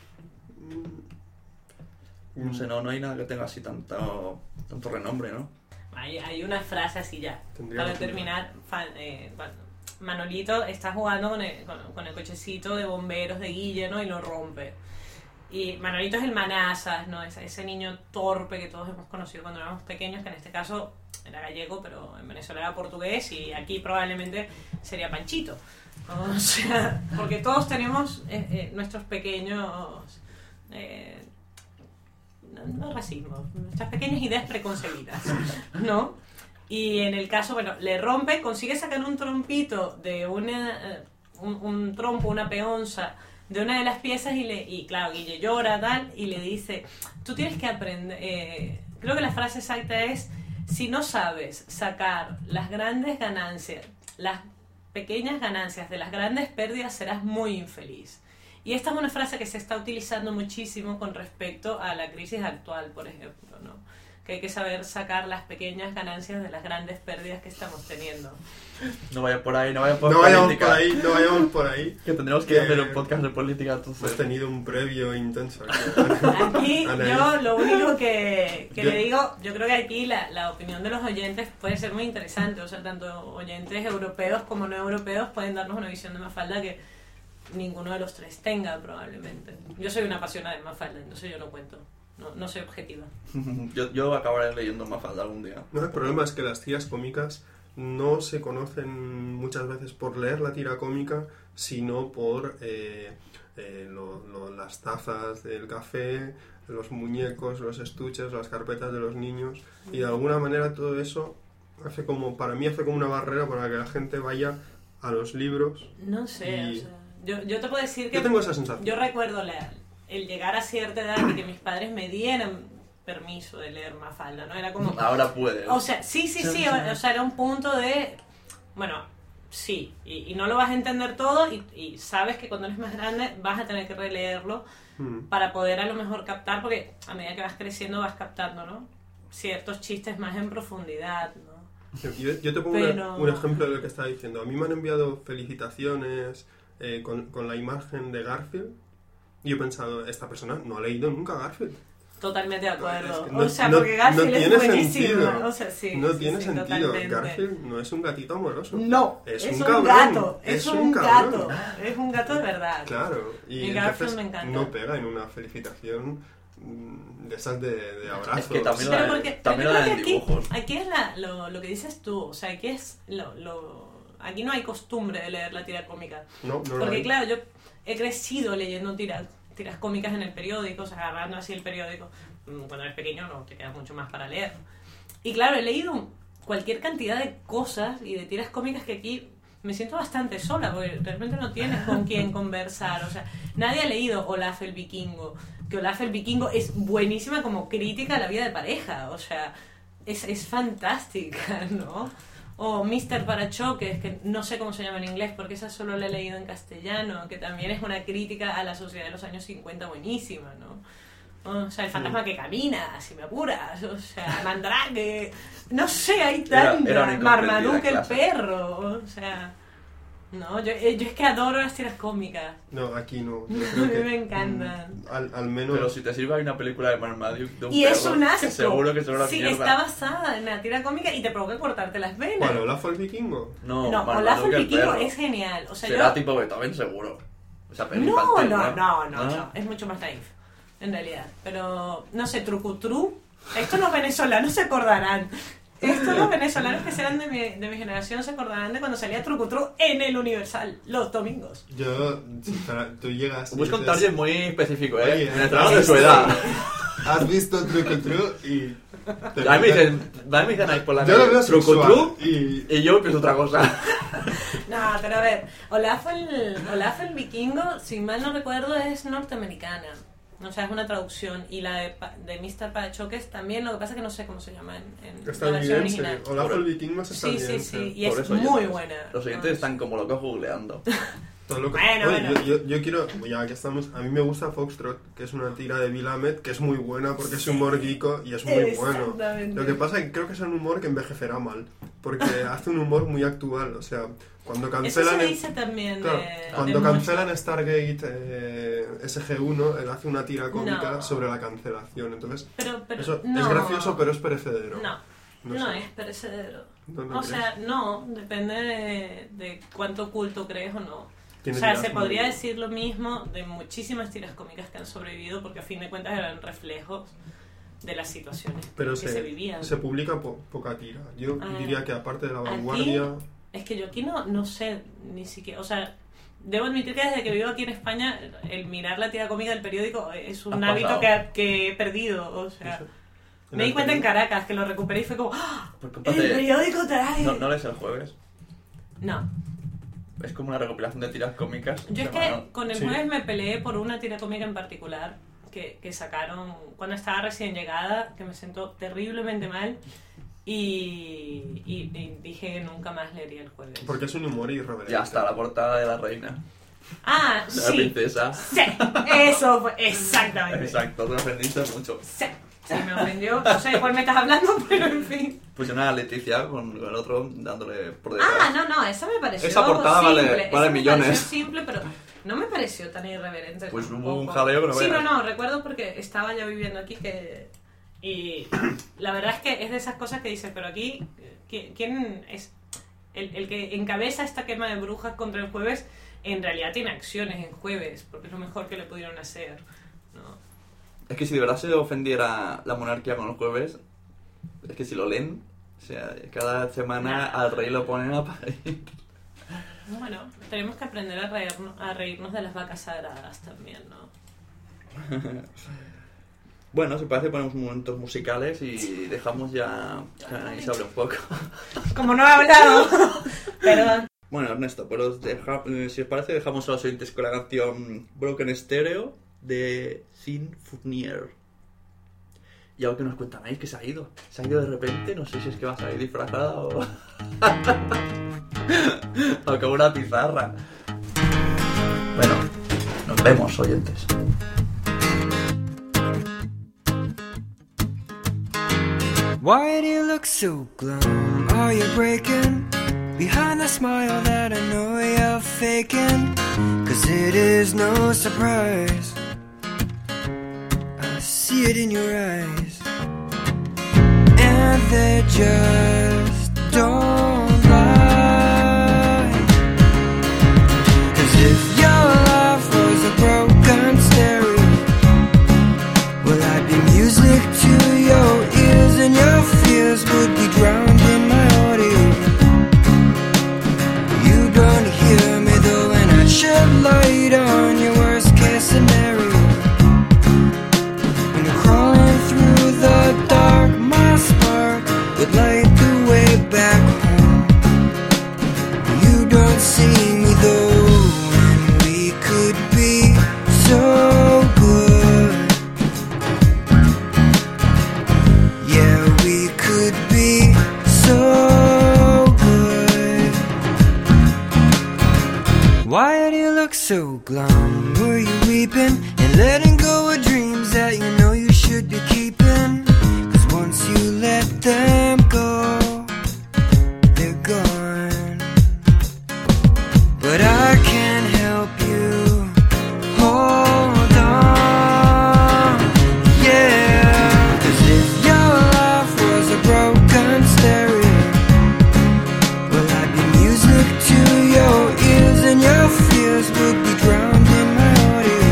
no sé, no, no hay nada que tenga así tanto, tanto renombre, ¿no? Hay, hay una frase así ya, Tendría para que terminar, fa- eh, bueno, Manolito está jugando con el, con, con el cochecito de bomberos de Guille, ¿no? Y lo rompe. Y Manolito es el manazas, ¿no? Ese, ese niño torpe que todos hemos conocido cuando éramos pequeños, que en este caso era gallego, pero en Venezuela era portugués, y aquí probablemente sería Panchito. O sea, porque todos tenemos eh, eh, nuestros pequeños... Eh, no, no racismo, nuestras pequeñas ideas preconcebidas, ¿no? Y en el caso, bueno, le rompe, consigue sacar un trompito de una... eh, un, un trompo, una peonza de una de las piezas, y, le, y claro, Guille llora, tal, y le dice, tú tienes que aprender, eh, creo que la frase exacta es, si no sabes sacar las grandes ganancias, las pequeñas ganancias de las grandes pérdidas, serás muy infeliz. Y esta es una frase que se está utilizando muchísimo con respecto a la crisis actual, por ejemplo, ¿no? Que hay que saber sacar las pequeñas ganancias de las grandes pérdidas que estamos teniendo. No vaya por ahí, no vaya por No vayamos política. por ahí, no vayamos por ahí. Que tendremos que, Que- hacer un podcast de política, entonces. Hemos tenido un previo intenso aquí. Aquí Anaís. yo lo único que, que Yo- le digo, yo creo que aquí la, la opinión de los oyentes puede ser muy interesante, o sea, tanto oyentes europeos como no europeos pueden darnos una visión de Mafalda que ninguno de los tres tenga probablemente. Yo soy una apasionada de Mafalda, entonces yo no cuento, no, no soy objetiva. yo, yo acabaré leyendo Mafalda algún día. No, el problema es que las tiras cómicas no se conocen muchas veces por leer la tira cómica, sino por eh, eh, lo- lo- las tazas del café, los muñecos, los estuches, las carpetas de los niños, y de alguna manera todo eso hace como, para mí hace como una barrera para que la gente vaya a los libros. No sé, y... o sea, yo, yo te puedo decir que... Yo tengo esa sensación. Yo recuerdo la, el llegar a cierta edad y que mis padres me dieran permiso de leer Mafalda, ¿no? Era como... Ahora puedes. O sea, sí, sí, sí, o, o sea, era un punto de... Bueno, sí, y, y no lo vas a entender todo y, y sabes que cuando eres más grande vas a tener que releerlo hmm. para poder a lo mejor captar, porque a medida que vas creciendo vas captando, ¿no? Ciertos chistes más en profundidad, ¿no? Yo, yo te pongo Pero... un ejemplo de lo que estaba diciendo. A mí me han enviado felicitaciones eh, con, con la imagen de Garfield y yo he pensado, esta persona no ha leído nunca Garfield. Totalmente de acuerdo. Es que no, o sea, no, porque Garfield no es tiene buenísimo. Sentido. O sea, sí, no sí, tiene sí, sentido. Totalmente. Garfield no es un gatito amoroso. No, es, es un, un cabrón. gato. Es, es un, un gato. Es un gato de verdad. Claro. Y, y entonces me encanta. no pega en una felicitación de esas de, de abrazos. Es que también pero la, porque, también pero la aquí, dibujos. Aquí es la, lo, lo que dices tú. O sea, aquí es lo, lo... Aquí no hay costumbre de leer la tira cómica. No, no Porque hay. claro, yo he crecido leyendo tiras, tiras cómicas en el periódico, o sea, agarrando así el periódico. Cuando eres pequeño no te queda mucho más para leer. Y claro, he leído cualquier cantidad de cosas y de tiras cómicas que aquí me siento bastante sola, porque realmente no tienes con quién conversar. O sea, nadie ha leído Olaf el Vikingo, que Olaf el Vikingo es buenísima como crítica a la vida de pareja. O sea, es, es fantástica, ¿no? O mister Parachoques, que no sé cómo se llama en inglés, porque esa solo la he leído en castellano, que también es una crítica a la sociedad de los años cincuenta buenísima, ¿no? O sea, el fantasma que camina, si me apuras, o sea, Mandrake, no sé, hay tanta, era, era Marmaduke el perro, o sea, no, yo, yo es que adoro las tiras cómicas. No, aquí no. Yo A creo mí que, me encantan. mm, Al, al menos... Pero si te sirve hay una película de Marmaduke de un Y perro, es un asco. que seguro que son una sí, mierda. está basada en la tira cómica y te provoca cortarte las venas. Bueno, ¿Olaf el Vikingo? No, no Olaf el Vikingo es genial. O sea, será yo... tipo Beethoven seguro. O sea, peli no, infantil, no, ¿no? no, no, ¿Ah? no, es mucho más naif, en realidad. Pero, no sé, Trucutru, estos los venezolanos se acordarán. Estos los venezolanos que serán de mi, de mi generación se acordarán de cuando salía Trucutru en el Universal, los domingos. Yo, si tú llegas... Busco un target muy específico, ¿eh? Oye, venezolanos de su edad. Has visto Trucutru y... A mí me dicen, a mí me dicen ahí por la yo lo veo Trucutru y... y yo pienso otra cosa. No, pero a ver, Olaf el, Olaf el Vikingo, si mal no recuerdo, es norteamericana. O sea, es una traducción. Y la de, de mister Parachoques también, lo que pasa es que no sé cómo se llama en, en la versión original. Olaf el Vikingo es estadounidense. Sí, sí, sí, y Por es eso muy yo, buena. Los siguientes no, están como locos googleando. Todo lo que... Bueno, Oye, bueno. Yo, yo, yo quiero, ya que estamos, a mí me gusta Foxtrot, que es una tira de Willamette, que es muy buena porque es humor geeko y es muy bueno. Lo que pasa es que creo que es un humor que envejecerá mal, porque hace un humor muy actual, o sea, cuando cancelan... Eso se el- dice también Claro, de, cuando de cancelan mucho. Stargate eh, S G uno, él hace una tira cómica No. sobre la cancelación, entonces Pero, pero, eso no. es gracioso pero es perecedero. No, No no, sé. es perecedero. ¿No, no o crees? sea, no, depende de, de cuánto culto crees o no. O Tiene sea, tiras se muy- podría decir lo mismo de muchísimas tiras cómicas que han sobrevivido porque a fin de cuentas eran reflejos de las situaciones Pero que se, se vivían. se publica po- poca tira. Yo Ah, diría que aparte de la aquí- vanguardia... Es que yo aquí no, no sé ni siquiera, o sea, debo admitir que desde que vivo aquí en España, el mirar la tira cómica del periódico es un Has hábito pasado. que, que he perdido, o sea... En Me di el cuenta en periódico- Caracas, que lo recuperé y fue como ¡ah! Pues ¡El cómprate- periódico trae! ¿No, ¿No lees el jueves? No. Es como una recopilación de tiras cómicas. Yo es que semanal. con el Sí. jueves me peleé por una tira cómica en particular que, que sacaron cuando estaba recién llegada, que me sentó terriblemente mal y, y- y dije que nunca más leería el jueves. Porque es un humor irreverente. Ya está, la portada de la reina. Ah, De la sí. princesa. Sí, eso fue, exactamente. Exacto, te ofendiste mucho. Sí, sí, me ofendió. No sé de cuál me estás hablando, pero en fin. Pues una Leticia con, con el otro dándole por detrás. Ah, no, no, esa me pareció Esa portada vale- simple. vale esa me millones. pareció simple, pero no me pareció tan irreverente. Pues hubo tampoco. un jaleo que no Sí, veas. no, no, recuerdo porque estaba ya viviendo aquí que... Y la verdad es que es de esas cosas que dices, pero aquí, ¿qui- ¿quién es el, el que encabeza esta quema de brujas contra el jueves? En realidad tiene acciones en jueves, porque es lo mejor que le pudieron hacer, ¿no? Es que si de verdad se ofendiera la monarquía con los jueves, es que si lo leen, o sea, cada semana Nah. al rey lo ponen a parir. Bueno, tenemos que aprender a reírnos, a reírnos de las vacas sagradas también, ¿no? Bueno, si parece ponemos momentos musicales y dejamos ya que Anaís hable un poco. Como no he hablado. Perdón. Bueno, Ernesto, pues os deja- eh, si os parece dejamos a los oyentes con la canción Broken Stereo de Sin Fournier. Y algo que nos cuenta Anaís, que se ha ido. Se ha ido de repente, no sé si es que va a salir disfrazada o... o como una pizarra. Bueno, nos vemos, oyentes. Why do you look so glum? Are you breaking behind the smile that I know you're faking? Cause it is no surprise, I see it in your eyes, and they just don't lie. Cause if your life was a broken stereo, well, I'd be music to your ears, and your fears would be drowned in my audio. You don't hear me though, and I'd shed light on your worst case scenario. When you're crawling through the dark, my spark would light the way back home. You don't see me though, and we could be so good. Yeah, we could be so good. Why do you look so glum? Were you weeping and letting go of dreams that you know you should be keeping? Cause once you let them go, they're gone. But I can't help you hold on. Yeah, cause if your life was a broken stereo, well, I'd be music to your ears, and your fears would be drowned in my audio.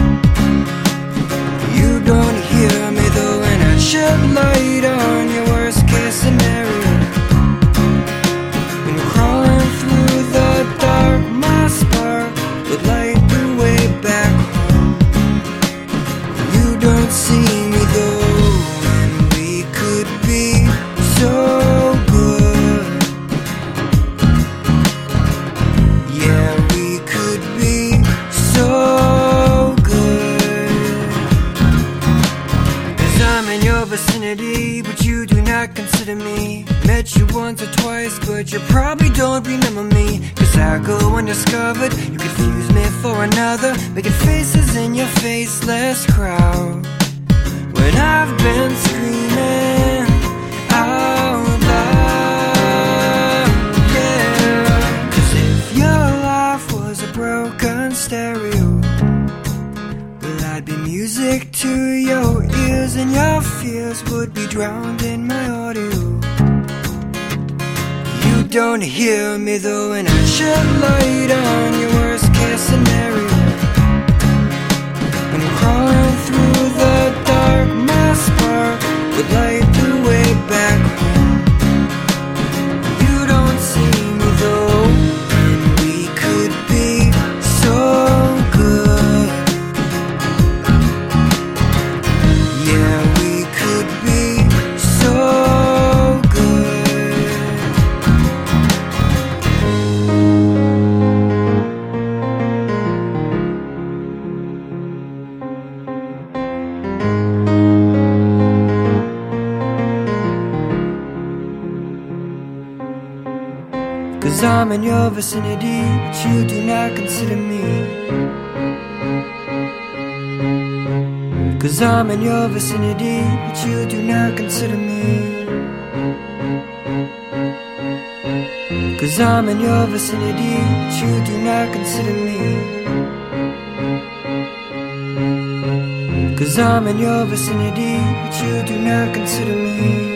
You don't hear me though, and I'd shed light on your worst case scenario. When you're crawling through the dark, my spark would light the way back home. You don't see me though, and we could be so good. Yeah, we could be so good. Cause I'm in your vicinity, but you do not consider me. Met you once or twice, but you probably don't remember me. Cause I go undiscovered, you confuse me for another, making faces in your faceless crowd. When I've been screaming out loud, yeah. Cause if your life was a broken stereo, well, I'd be music to your ears, and your fears would be drowned in my audio. You don't hear me though, and I shed light on your worst case scenario. When you're crawling through the dark, my spark would light the way back home. You don't see me though, and we could be so good. Yeah, we could be so good. Cause I'm in your vicinity, but you do not consider me. Cause I'm in your vicinity, but you do not consider me. Cause I'm in your vicinity, but you do not consider me. Cause I'm in your vicinity, but you do not consider me.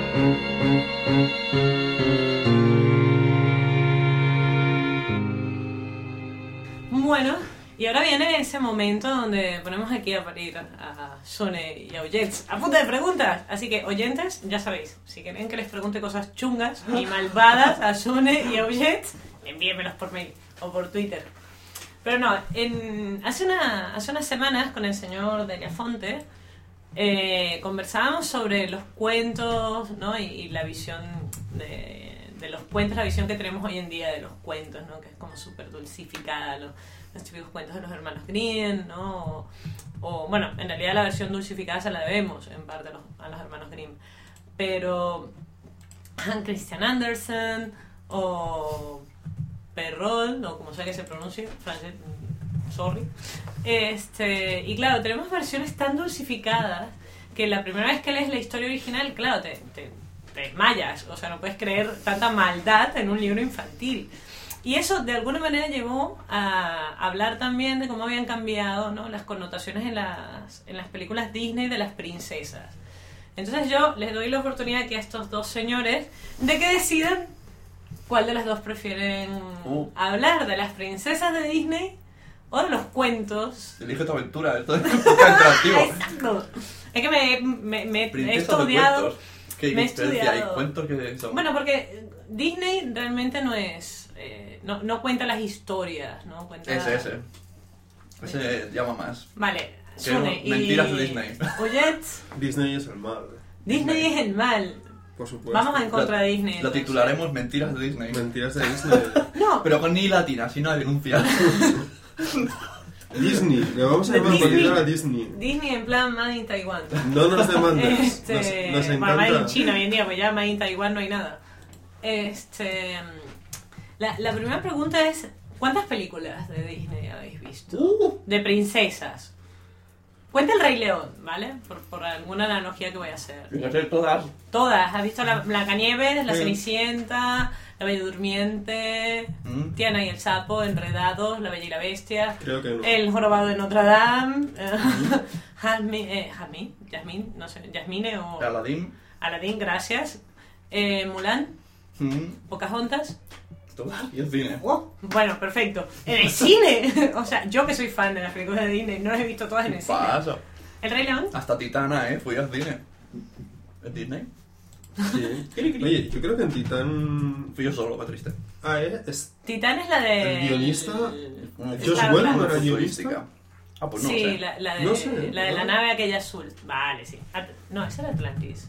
Bueno, y ahora viene ese momento donde ponemos aquí a parir a Sune y a Oyets a punta de preguntas. Así que, oyentes, ya sabéis, si quieren que les pregunte cosas chungas y malvadas a Sune y a Oyets, envíenmelos por mail o por Twitter. Pero no, en, hace, una, hace unas semanas con el señor Deliafonte eh, conversábamos sobre los cuentos, ¿no? Y, y la visión de, de los cuentos, la visión que tenemos hoy en día de los cuentos, ¿no? Que es como súper dulcificada, los, los típicos cuentos de los hermanos Grimm, ¿no? O, o, bueno, en realidad la versión dulcificada se la debemos en parte a los, a los hermanos Grimm. Pero Hans Christian Andersen o Perrault, o como sea que se pronuncie, francés, sorry. Este, y claro, tenemos versiones tan dulcificadas que la primera vez que lees la historia original, claro, te, te, te desmayas. O sea, no puedes creer tanta maldad en un libro infantil. Y eso de alguna manera llevó a hablar también de cómo habían cambiado, ¿no? Las connotaciones en las, en las películas Disney de las princesas. Entonces yo les doy la oportunidad que a estos dos señores de que decidan cuál de las dos prefieren uh. hablar, de las princesas de Disney o de los cuentos. Elige tu aventura, esto es interactivo. Exacto. Es que me, me, me he estudiado. ¿Qué me he diferencia estudiado. hay? ¿Cuentos que son? Bueno, porque Disney realmente no es. Eh, no, no cuenta las historias, ¿no? Cuenta... Ese, ese. Ese llama más. Vale. Sune, y... Mentiras de Disney. Uyet. Disney es el mal. Disney, Disney es el mal. Por supuesto. Vamos en contra lo, de Disney. Lo titularemos Mentiras de Disney. Mentiras de Disney. No. Pero con ni latina, sino la denuncia. Disney, le vamos a llamar Disney, a Disney. Disney en plan Made in Taiwan. No nos demandes. Este, nos, nos encanta. Bueno, Made in China hoy en día, pues ya Made in Taiwan no hay nada. Este, la, la primera pregunta es: ¿cuántas películas de Disney habéis visto? Uh. De princesas. Cuenta el Rey León, ¿vale? Por, por alguna analogía que voy a hacer. Voy a hacer todas. Todas. ¿Has visto la Blancanieves, la Sí. Cenicienta, la Bella Durmiente, Mm. Tiana y el Sapo, Enredados, La Bella y la Bestia, Creo que no. El Jorobado de Notre Dame, Jasmine, eh, Jasmine, Jasmine, no sé, Jasmine o Aladdin. Aladdin, gracias. Eh, Mulan, Mm. Pocahontas. Todas. Y el cine. Oh, bueno, perfecto. En el cine. O sea, yo que soy fan de las películas de Disney, no las he visto todas en el ¿Qué cine. pasa? El Rey León. Hasta Titana, ¿eh? Fui al cine. ¿En Disney? Sí. Oye, yo creo que en Titán. Fui yo solo, qué triste. Ah, ¿eh? Es... Titán es la de... El guionista. Josh Josh Whedon no era guionista. Ah, pues no sí, sé. la, la de, No sé, la, de ¿no? la nave aquella azul. Vale, sí. At- no, esa era Atlantis.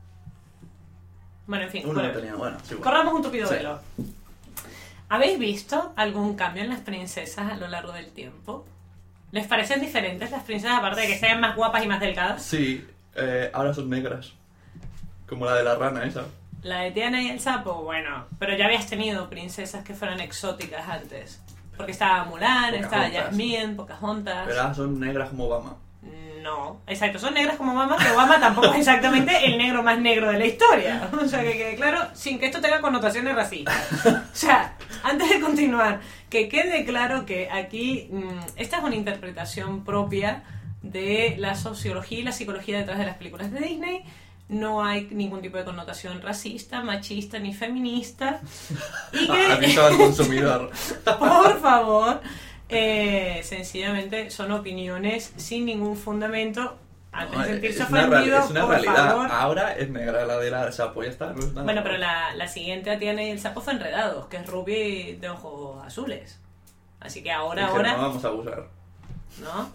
Bueno, en fin. Uno bueno, no tenía, bueno, sí, bueno. corramos un tupido Sí. velo. ¿Habéis visto algún cambio en las princesas a lo largo del tiempo? ¿Les parecen diferentes las princesas, aparte de que sean más guapas y más delgadas? Sí, eh, ahora son negras. Como la de la rana esa. La de Tiana y el Sapo, bueno, pero ya habías tenido princesas que fueran exóticas antes. Porque estaba Mulan, estaba Pocahontas. Jasmine, Pocahontas. Pero ahora son negras como Obama. No, exacto, son negras como Obama, que Obama tampoco es exactamente el negro más negro de la historia. O sea, que quede claro, sin que esto tenga connotaciones racistas. O sea, antes de continuar, que quede claro que aquí mmm, esta es una interpretación propia de la sociología y la psicología detrás de las películas de Disney. No hay ningún tipo de connotación racista, machista ni feminista. Y que, Aviso al consumidor. por favor, eh, sencillamente son opiniones sin ningún fundamento. Antes No, de sentirse es, una reali- ofendido, es una por realidad. favor. Ahora es negra la de la sapo, ya está. No es nada. Bueno, pero la, la siguiente a Tiana y el Sapo fue Enredados, que es rubia de ojos azules. Así que ahora, Es que ahora, no vamos a abusar. ¿no?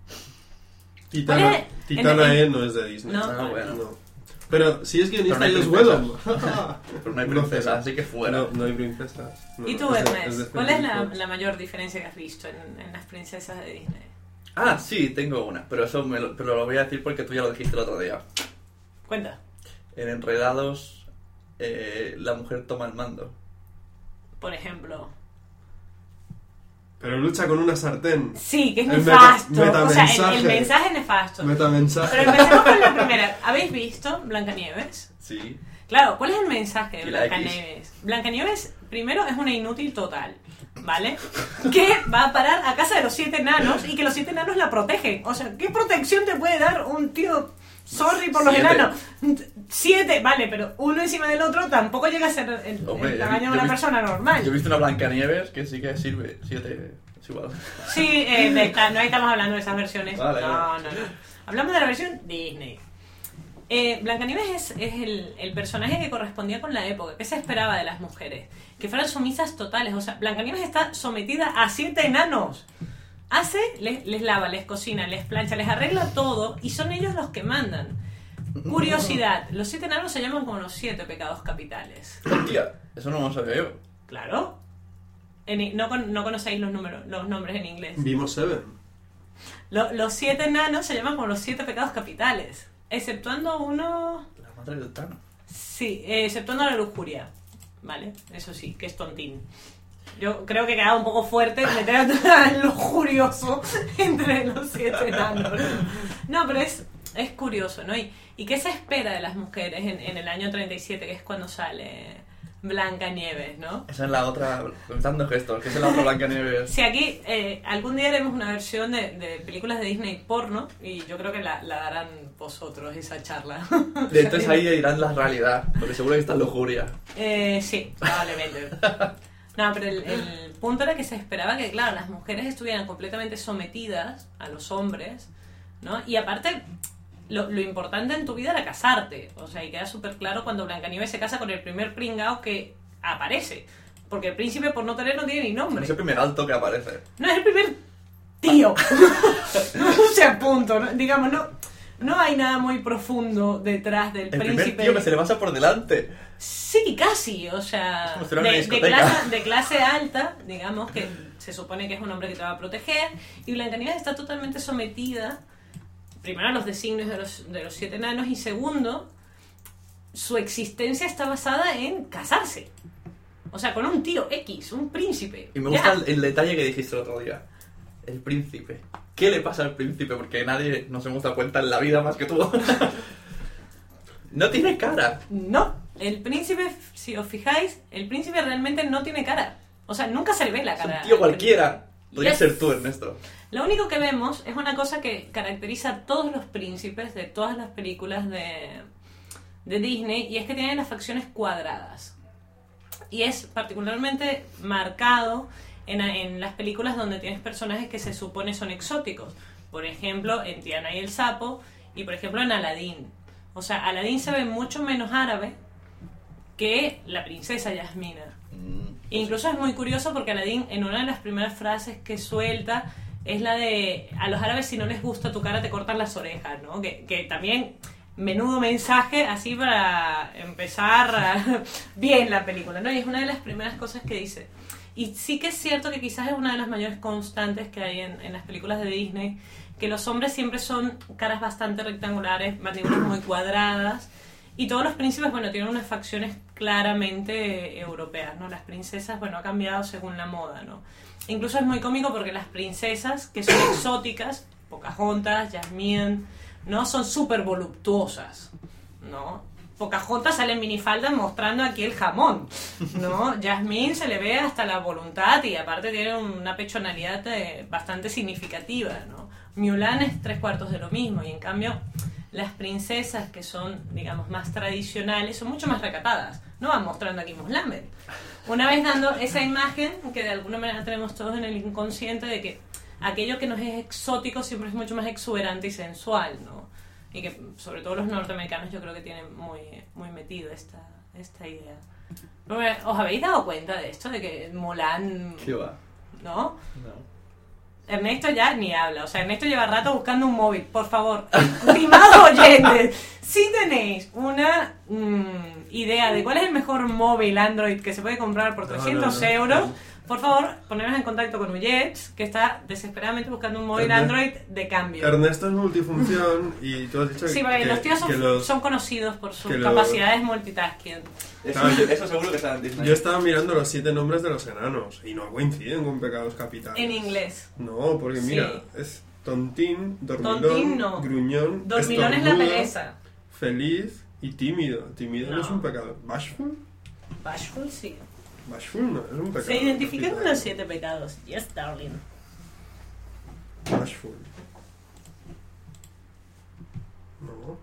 Titana, ¿Cuál es? Titana En- en- E no es de Disney. No. Ah, bueno. No. Pero si es Pero guionista no hay Joss princesas. Whedon. Pero no hay princesa, así que fuera. No, no hay princesas. No, ¿Y tú, es de- Ernest? es de ¿Cuál es la, Fantasy Fox. la mayor diferencia que has visto en, en las princesas de Disney? Ah, sí, tengo una. Pero eso me lo, pero lo voy a decir porque tú ya lo dijiste el otro día. Cuenta. En Enredados, eh, la mujer toma el mando. Por ejemplo. Pero lucha con una sartén. Sí, que es El nefasto. meta- o sea, el, el metamensaje. mensaje es nefasto. Metamensaje. Pero empecemos con la primera. ¿Habéis visto Blancanieves? Sí. Claro, ¿cuál es el mensaje de Y la X. Blancanieves? Blancanieves, primero, es una inútil total, ¿vale? Que va a parar a casa de los siete enanos y que los siete enanos la protegen. O sea, ¿qué protección te puede dar un tío? Sorry por los Siete. enanos. Siete, vale, pero uno encima del otro tampoco llega a ser el, Hombre, el yo tamaño vi- de yo una vi- persona normal. Yo he visto una Blancanieves que sí que sirve. Siete, es igual. Sí, eh, de esta- no estamos hablando de esas versiones. Vale, no, vale. no, no. Hablamos de la versión Disney. Eh, Blancanieves es, es el, el personaje que correspondía con la época. ¿Qué se esperaba de las mujeres? Que fueran sumisas totales. O sea, Blancanieves está sometida a siete enanos. hace, les, les lava, les cocina, les plancha, les arregla todo y son ellos los que mandan. Curiosidad, los siete enanos se llaman como los siete pecados capitales. Hostia, eso no lo sabía yo. Claro. En, no, con, no conocéis los, números, los nombres en inglés. Vimos Seven. Lo, los siete enanos se llaman como los siete pecados capitales. Exceptuando uno... La madre del Tano. Sí, eh, exceptuando la lujuria. Vale, eso sí, que es tontín. Yo creo que quedaba un poco fuerte meter a lo lujurioso entre los siete enanos. No, pero es, es curioso, ¿no? ¿Y, ¿Y qué se espera de las mujeres en, en el año treinta y siete, que es cuando sale Blancanieves, ¿no? Esa es la otra... Contando gestos, que es la otra Blancanieves. Sí, aquí eh, algún día haremos una versión de, de películas de Disney porno y yo creo que la, la darán vosotros, esa charla. Y entonces ahí dirán la realidad, porque seguro que está en lujuria. Eh, sí, probablemente. No, pero el, el punto era que se esperaba que, claro, las mujeres estuvieran completamente sometidas a los hombres, ¿no? Y aparte, lo, lo importante en tu vida era casarte. O sea, y queda súper claro cuando Blancanieves se casa con el primer pringao que aparece. Porque el príncipe, por no tener, no tiene ni nombre. No es el primer alto que aparece. No, es el primer tío. O sea, punto, ¿no? Digamos, no... No hay nada muy profundo detrás del el príncipe. El primer tío que se le pasa por delante. Sí, casi, o sea, de, de, clase, de clase alta, digamos, que se supone que es un hombre que te va a proteger, y Blancanieves está totalmente sometida, primero a los designios de los, de los siete enanos, y segundo, su existencia está basada en casarse. O sea, con un tío X, un príncipe. Y me gusta el, el detalle que dijiste el otro día. El príncipe. ¿Qué le pasa al príncipe? Porque nadie nos hemos dado cuenta en la vida más que tú. No tiene cara. No, el príncipe, si os fijáis, el príncipe realmente no tiene cara. O sea, nunca se le ve la cara. Es un tío cualquiera. Podría yes. ser tú, Ernesto. Lo único que vemos es una cosa que caracteriza a todos los príncipes de todas las películas de, de Disney, y es que tienen las facciones cuadradas. Y es particularmente marcado En, en las películas donde tienes personajes que se supone son exóticos. Por ejemplo, en Tiana y el Sapo, y por ejemplo en Aladín. O sea, Aladín se ve mucho menos árabe que la princesa Yasmina. Mm, e incluso es muy curioso porque Aladín, en una de las primeras frases que suelta, es la de: a los árabes, si no les gusta tu cara, te cortan las orejas, ¿no? Que, que también... menudo mensaje así para empezar bien la película, ¿no? Y es una de las primeras cosas que dice. Y sí que es cierto que quizás es una de las mayores constantes que hay en, en las películas de Disney, que los hombres siempre son caras bastante rectangulares, mandíbulas muy cuadradas, y todos los príncipes, bueno, tienen unas facciones claramente europeas, ¿no? Las princesas, bueno, ha cambiado según la moda, ¿no? Incluso es muy cómico porque las princesas, que son exóticas, Pocahontas, Jasmine, ¿no? Son súper voluptuosas, ¿no? Pocahontas sale en minifalda mostrando aquí el jamón, ¿no? Jasmine se le ve hasta la voluntad y aparte tiene una pechonalidad eh, bastante significativa, ¿no? Mulan es tres cuartos de lo mismo, y en cambio las princesas que son, digamos, más tradicionales son mucho más recatadas, no van mostrando aquí Muslambert. Una vez dando esa imagen que de alguna manera tenemos todos en el inconsciente de que aquello que nos es exótico siempre es mucho más exuberante y sensual, ¿no? Y que sobre todo los norteamericanos yo creo que tienen muy, muy metido esta, esta idea. Pero, ¿os habéis dado cuenta de esto? De que Mulan... ¿Qué va? ¿No? No. Ernesto ya ni habla. O sea, Ernesto lleva rato buscando un móvil. Por favor, estimados oyentes, si tenéis una mmm, idea de cuál es el mejor móvil Android que se puede comprar por trescientos no, no, no. euros... Por favor, poneros en contacto con Ullets, que está desesperadamente buscando un móvil Erne- Android de cambio. Ernesto es multifunción y tú has dicho sí, que... porque los tíos son, los, son conocidos por sus los, capacidades multitasking. Eso, eso seguro que está en Disney. Yo estaba mirando los siete nombres de los enanos y no coinciden con pecados capitales. En inglés. No, porque mira, sí. Es tontín, dormilón, tontín no. gruñón, dormilón es la pereza. Feliz y tímido. Tímido no. no es un pecado. ¿Bashful? Bashful sí. Bashful no, es un pecado. Se identifican con los siete pecados. Yes, darling. Bashful. No.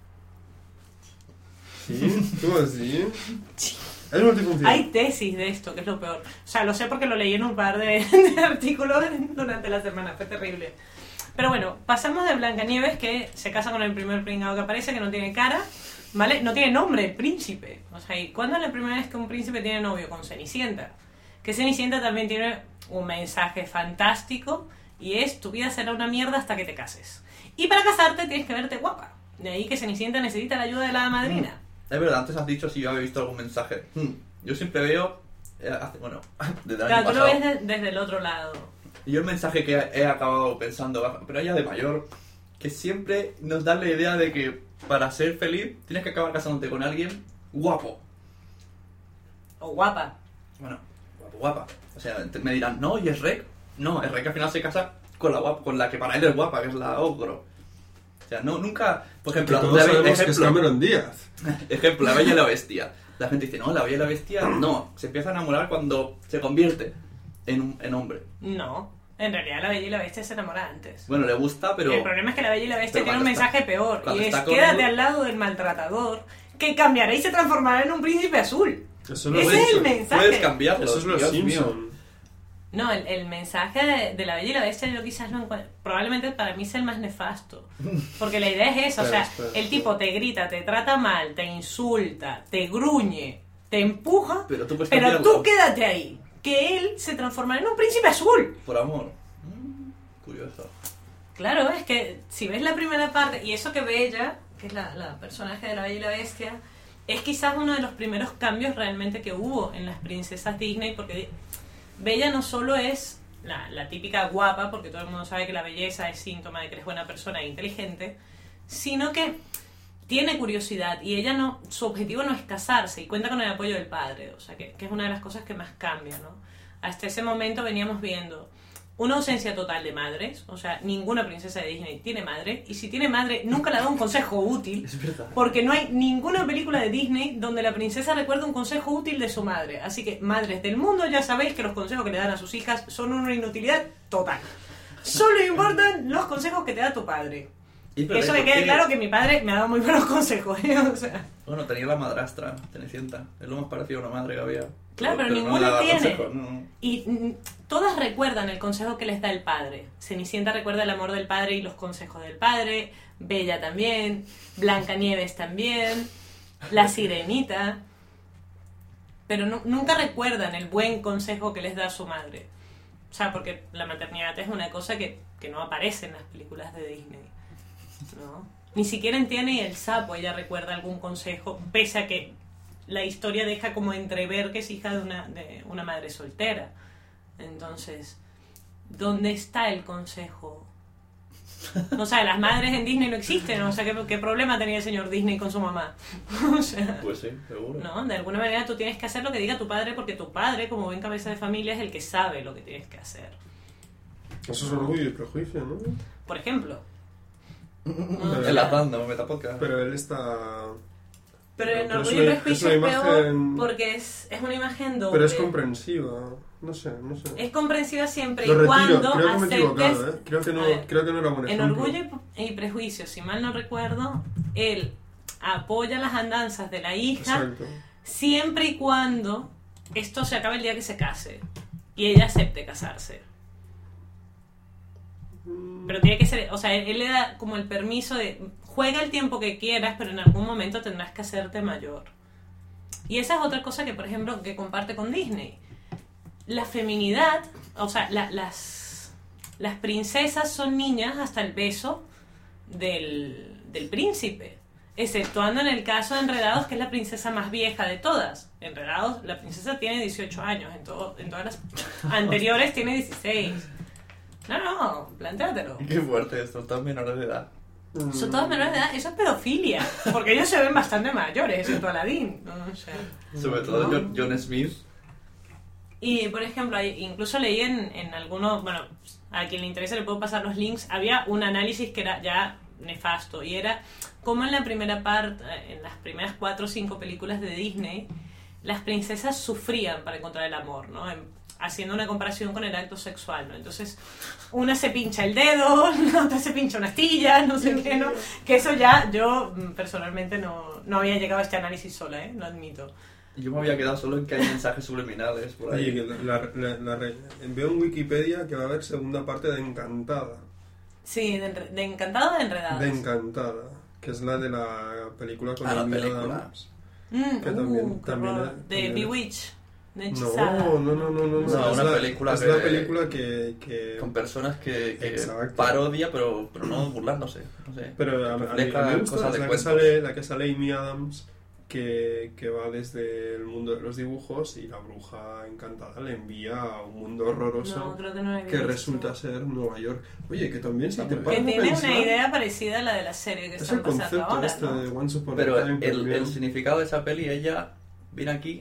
¿Sí? ¿Tú así? Sí. Es multifunción. Hay tesis de esto, que es lo peor. O sea, lo sé porque lo leí en un par de, de artículos durante la semana. Fue terrible. Pero bueno, pasamos de Blancanieves, que se casa con el primer pringao que aparece, que no tiene cara, ¿vale? No tiene nombre, príncipe. O sea, ¿y cuándo es la primera vez que un príncipe tiene novio? Con Cenicienta. Que Cenicienta también tiene un mensaje fantástico, Y es, tu vida será una mierda hasta que te cases. Y para casarte tienes que verte guapa. De ahí que Cenicienta necesita la ayuda de la madrina. Es verdad, antes has dicho si yo había visto algún mensaje. Hmm, Yo siempre veo... eh, hace- bueno, desde el año Claro, tú lo pasado. ves de- desde el otro lado. Y yo el mensaje que he acabado pensando, pero ella de mayor, que siempre nos da la idea de que para ser feliz tienes que acabar casándote con alguien guapo. O guapa. Bueno, guapo, guapa. O sea, te- me dirán, no, ¿y es Rec? No, es Rec que al final se casa con la guapa, con la que para él es guapa, que es la ogro. O sea, no, nunca... Por ejemplo, Que todos la- sabemos que es Cameron Díaz. Ejemplo, la Bella y la Bestia. La gente dice, no, la Bella y la Bestia no. Se empieza a enamorar cuando se convierte en, un, en hombre. No. En realidad la Bella y la Bestia se enamora antes. Bueno, le gusta, pero... El problema es que la Bella y la Bestia pero tiene un cuando está- mensaje peor. cuando Y es, está con quédate él- al lado del maltratador, que cambiará y se transformará en un príncipe azul. Eso Ese es el mensaje. Puedes cambiarlo. Eso es los Dios mío. Simpson. No, el, el mensaje de, de la Bella y la Bestia yo quizás lo encuentro... Probablemente para mí es el más nefasto. Porque la idea es esa, o Espera, sea, espera, el espera. tipo te grita, te trata mal, te insulta, te gruñe, te empuja, Pero tú puedes pero cambiarlo. tú quédate ahí. Que él se transformará en un príncipe azul. Por amor. Mm, curioso. Claro, es que si ves la primera parte, y eso que Bella, que es la, la personaje de la Bella y la Bestia, es quizás uno de los primeros cambios realmente que hubo en las princesas Disney, porque Bella no solo es la, la típica guapa, porque todo el mundo sabe que la belleza es síntoma de que eres buena persona e inteligente, sino que tiene curiosidad y ella no, su objetivo no es casarse y cuenta con el apoyo del padre, o sea que, que es una de las cosas que más cambia, ¿no? Hasta ese momento veníamos viendo una ausencia total de madres, o sea, ninguna princesa de Disney tiene madre, y si tiene madre nunca le da un consejo útil, Es verdad. porque no hay ninguna película de Disney donde la princesa recuerde un consejo útil de su madre. Así que, madres del mundo, ya sabéis que los consejos que le dan a sus hijas son una inutilidad total. Solo importan los consejos que te da tu padre. Y pero Eso ¿por que quede qué? claro que mi padre me ha dado muy buenos consejos, ¿eh? O sea, Bueno, tenía la madrastra, Cenicienta. Es lo más parecido a una madre que había. claro, pero, no ninguna le daba tiene. consejos, no. Y mm, todas recuerdan el consejo que les da el padre. Cenicienta recuerda el amor del padre y los consejos del padre. Bella también. Blancanieves también. La Sirenita. Pero nu- nunca recuerdan el buen consejo que les da su madre. O sea, porque la maternidad es una cosa que, que no aparece en las películas de Disney, ¿no? Ni siquiera en Tiana y el Sapo ella recuerda algún consejo, pese a que la historia deja como entrever que es hija de una, de una madre soltera. Entonces, ¿dónde está el consejo? O sea, las madres en Disney no existen, o sea, ¿qué, qué problema tenía el señor Disney con su mamá? O sea, Pues sí, seguro. no, de alguna manera tú tienes que hacer lo que diga tu padre, porque tu padre, como buen cabeza de familia, es el que sabe lo que tienes que hacer. Eso es orgullo y prejuicio, ¿no? Por ejemplo. Pero- Enlazando, metapodcast. Pero él está... Pero en pero es Orgullo y una- Prejuicio es es una peor imagen- porque es, es una imagen doble. Pero es comprensiva. No sé, no sé. Es comprensiva siempre Lo y retiro, cuando creo que me he aceptes... equivocado, ¿eh? Creo que no, A ver, creo que no era buen en ejemplo. Orgullo y, y Prejuicio, si mal no recuerdo, él apoya las andanzas de la hija Exacto. siempre y cuando esto se acabe el día que se case y ella acepte casarse. Pero tiene que ser, o sea, él, él le da como el permiso de juega el tiempo que quieras, pero en algún momento tendrás que hacerte mayor. Y esa es otra cosa que, por ejemplo, que comparte con Disney. La feminidad, o sea, la- las, las princesas son niñas hasta el beso del, del príncipe. Exceptuando en el caso de Enredados, que es la princesa más vieja de todas. Enredados, la princesa tiene dieciocho años, en, todo, en todas las anteriores tiene dieciséis. No, no, plantéatelo. Qué fuerte esto, están menores de edad. Son todos menores de edad, eso es pedofilia. Porque ellos se ven bastante mayores, excepto Aladdin. ¿No? O sea. Sobre todo John, John Smith. Y, por ejemplo, hay- incluso leí en, en algunos, bueno, a quien le interese le puedo pasar los links, había un análisis que era ya nefasto, y era como en la primera parte, en las primeras cuatro o cinco películas de Disney, las princesas sufrían para encontrar el amor, ¿no? En- haciendo una comparación con el acto sexual, ¿no? Entonces, una se pincha el dedo, la otra se pincha una astilla, no sé qué, ¿no? Que eso ya, yo mm, personalmente no, no había llegado a este análisis sola, ¿eh? Lo admito. Yo me había quedado solo en que hay mensajes subliminales por ahí. Oye, que la, la, la, la- veo en Wikipedia que va a haber segunda parte de Encantada. Sí, de, enre- de encantado de enredados. De Encantada, que es la de la película con Ah, la Amy película. Adams. Mm, Que uh, también- qué también horror. es- De también es- Bewitch. No, hechizada. No, no, no, no, no. No, es una la, película es que- la película que, que... Con personas que, que Exacto. parodia, pero, pero no burlándose. No sé. Pero a, a mí, a mí Refleja me gusta cosas de la, que cuentos. sale, la que sale Amy Adams, que, que va desde el mundo de los dibujos y la bruja encantada le envía a un mundo horroroso No, creo que no la he que visto. resulta ser Nueva York. Oye, que también si te Que paras a tiene pensar, una idea parecida a la de la serie que es están el pasando concepto ahora, este ¿no? de Once Upon a Pero Time, el, también. el significado de esa peli, ella viene aquí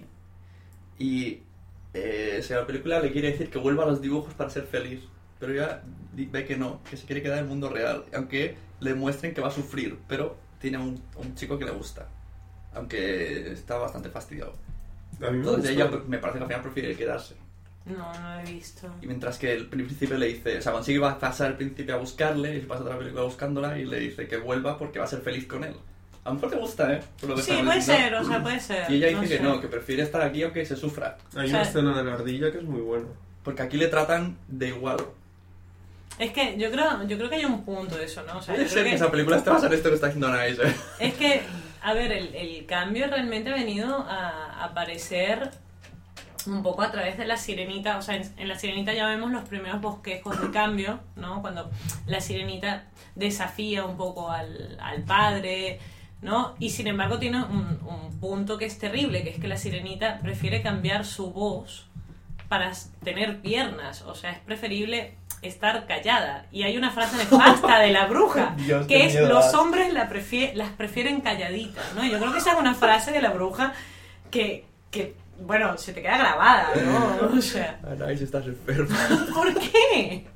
y eh, si a la película le quiere decir que vuelva a los dibujos para ser feliz, pero ella di- ve que no, que se quiere quedar en el mundo real, aunque le muestren que va a sufrir, pero tiene un, un chico que le gusta, aunque está bastante fastidiado. A mí me Entonces gustó. ella me parece que al final prefiere quedarse. No, no lo he visto. Y mientras que el príncipe le dice, o sea, consigue pasar el príncipe a buscarle y se pasa toda la película buscándola y le dice que vuelva porque va a ser feliz con él. A lo mejor te gusta, ¿eh? Por lo que Sí, estamos puede diciendo. ser, o sea, puede ser. Y ella dice no que sé. no, que prefiere estar aquí aunque se sufra. Hay O una sea- escena de la ardilla que es muy buena. Porque aquí le tratan de igual. Es que yo creo, yo creo que hay un punto de eso, ¿no? O sea, Puede yo ser creo que esa película esté basada en esto que está haciendo Nice, ¿eh? Es que, a ver, el, el cambio realmente ha venido a aparecer un poco a través de la sirenita. O sea, en, en la sirenita ya vemos los primeros bosquejos de cambio, ¿no? Cuando la sirenita desafía un poco al, al padre, ¿no? Y sin embargo tiene un, un punto que es terrible, que es que la sirenita prefiere cambiar su voz para tener piernas. O sea, es preferible estar callada. Y hay una frase nefasta de la bruja, Dios, que qué es miedo los das. hombres la prefie- las prefieren calladitas, ¿no? Yo creo que esa es una frase de la bruja que, que bueno, se te queda grabada, ¿no? O sea, Nice, estás enferma. ¿por qué?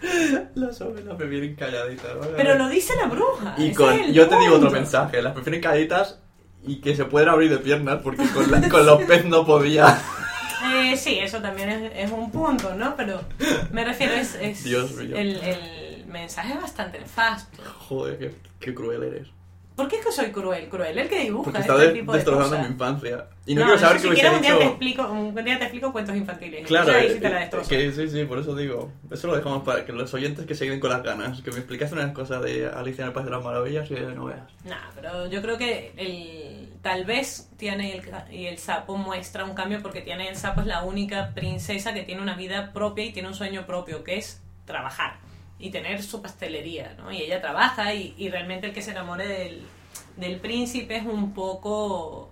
Las hombres la prefieren calladitas, ¿no? Pero lo dice la bruja. Y ese con, es el yo te digo otro punto. mensaje, las prefieren calladitas y que se pueden abrir de piernas porque con, la- con los pez no podía. Eh, sí, eso también es, es un punto, ¿no? Pero me refiero, es, es Dios mío. el, el mensaje es bastante nefasto. Joder, qué, qué cruel eres. ¿Por qué es que soy cruel? Cruel el que dibuja Porque este está de- tipo de destrozando cosas. mi infancia. Y no, No, quiero saber eso qué si hubiese quieres un día te dicho. explico, un día te explico cuentos infantiles. Claro, Eso ahí eh, sí te la eh, destrozo. que, sí, sí, por eso digo. Eso lo dejamos para que los oyentes que se queden con las ganas. Que me explicas unas cosas de Alicia en el País de las Maravillas que no veas. Nah, pero yo creo que el tal vez Tiana y el, y el sapo muestra un cambio porque Tiana y el sapo es la única princesa que tiene una vida propia y tiene un sueño propio, que es trabajar y tener su pastelería, ¿no? Y ella trabaja y, y realmente el que se enamore del, del príncipe es un poco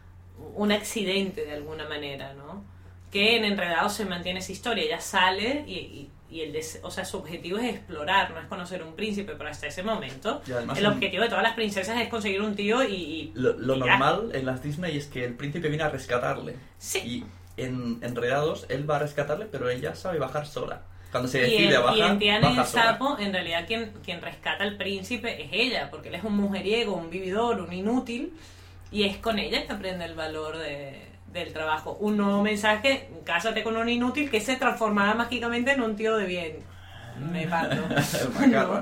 un accidente de alguna manera, ¿no? Que en Enredados se mantiene esa historia, ella sale y, y, y el dese- o sea, su objetivo es explorar, no es conocer un príncipe, pero hasta ese momento Y además el en- objetivo de todas las princesas es conseguir un tío y... y- Lo, lo y ya. normal en las Disney es que el príncipe viene a rescatarle. Sí. Y en Enredados él va a rescatarle, pero ella sabe bajar sola. Cuando se Y decide en, a bajar, y en Tiana y baja el sola. sapo, en realidad quien, quien rescata al príncipe es ella, porque él es un mujeriego, un vividor, un inútil, y es con ella que aprende el valor de, del trabajo. Un nuevo mensaje, cásate con un inútil que se transformará mágicamente en un tío de bien. Me parto. Macarra.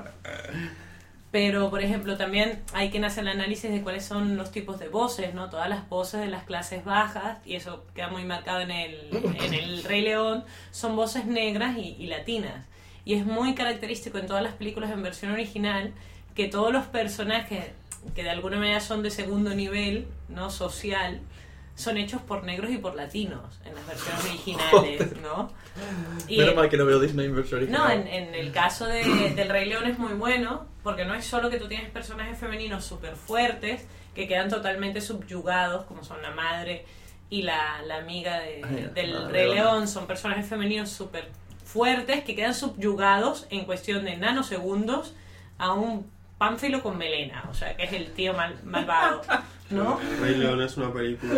Pero, por ejemplo, también hay quien hace el análisis de cuáles son los tipos de voces, ¿no? Todas las voces de las clases bajas, y eso queda muy marcado en el, en el Rey León, son voces negras y, y latinas. Y es muy característico en todas las películas en versión original que todos los personajes que de alguna manera son de segundo nivel, ¿no? Social, son hechos por negros y por latinos en las versiones originales, ¿no? Y, Menos mal que no veo Disney en versión no, original. en, en el caso de, del Rey León es muy bueno, porque no es solo que tú tienes personajes femeninos súper fuertes, que quedan totalmente subyugados, como son la madre y la, la amiga de- Ay, del la Rey Leona. León, son personajes femeninos súper fuertes, que quedan subyugados en cuestión de nanosegundos a un pánfilo con melena, o sea, que es el tío mal, malvado, ¿no? Rey León es una película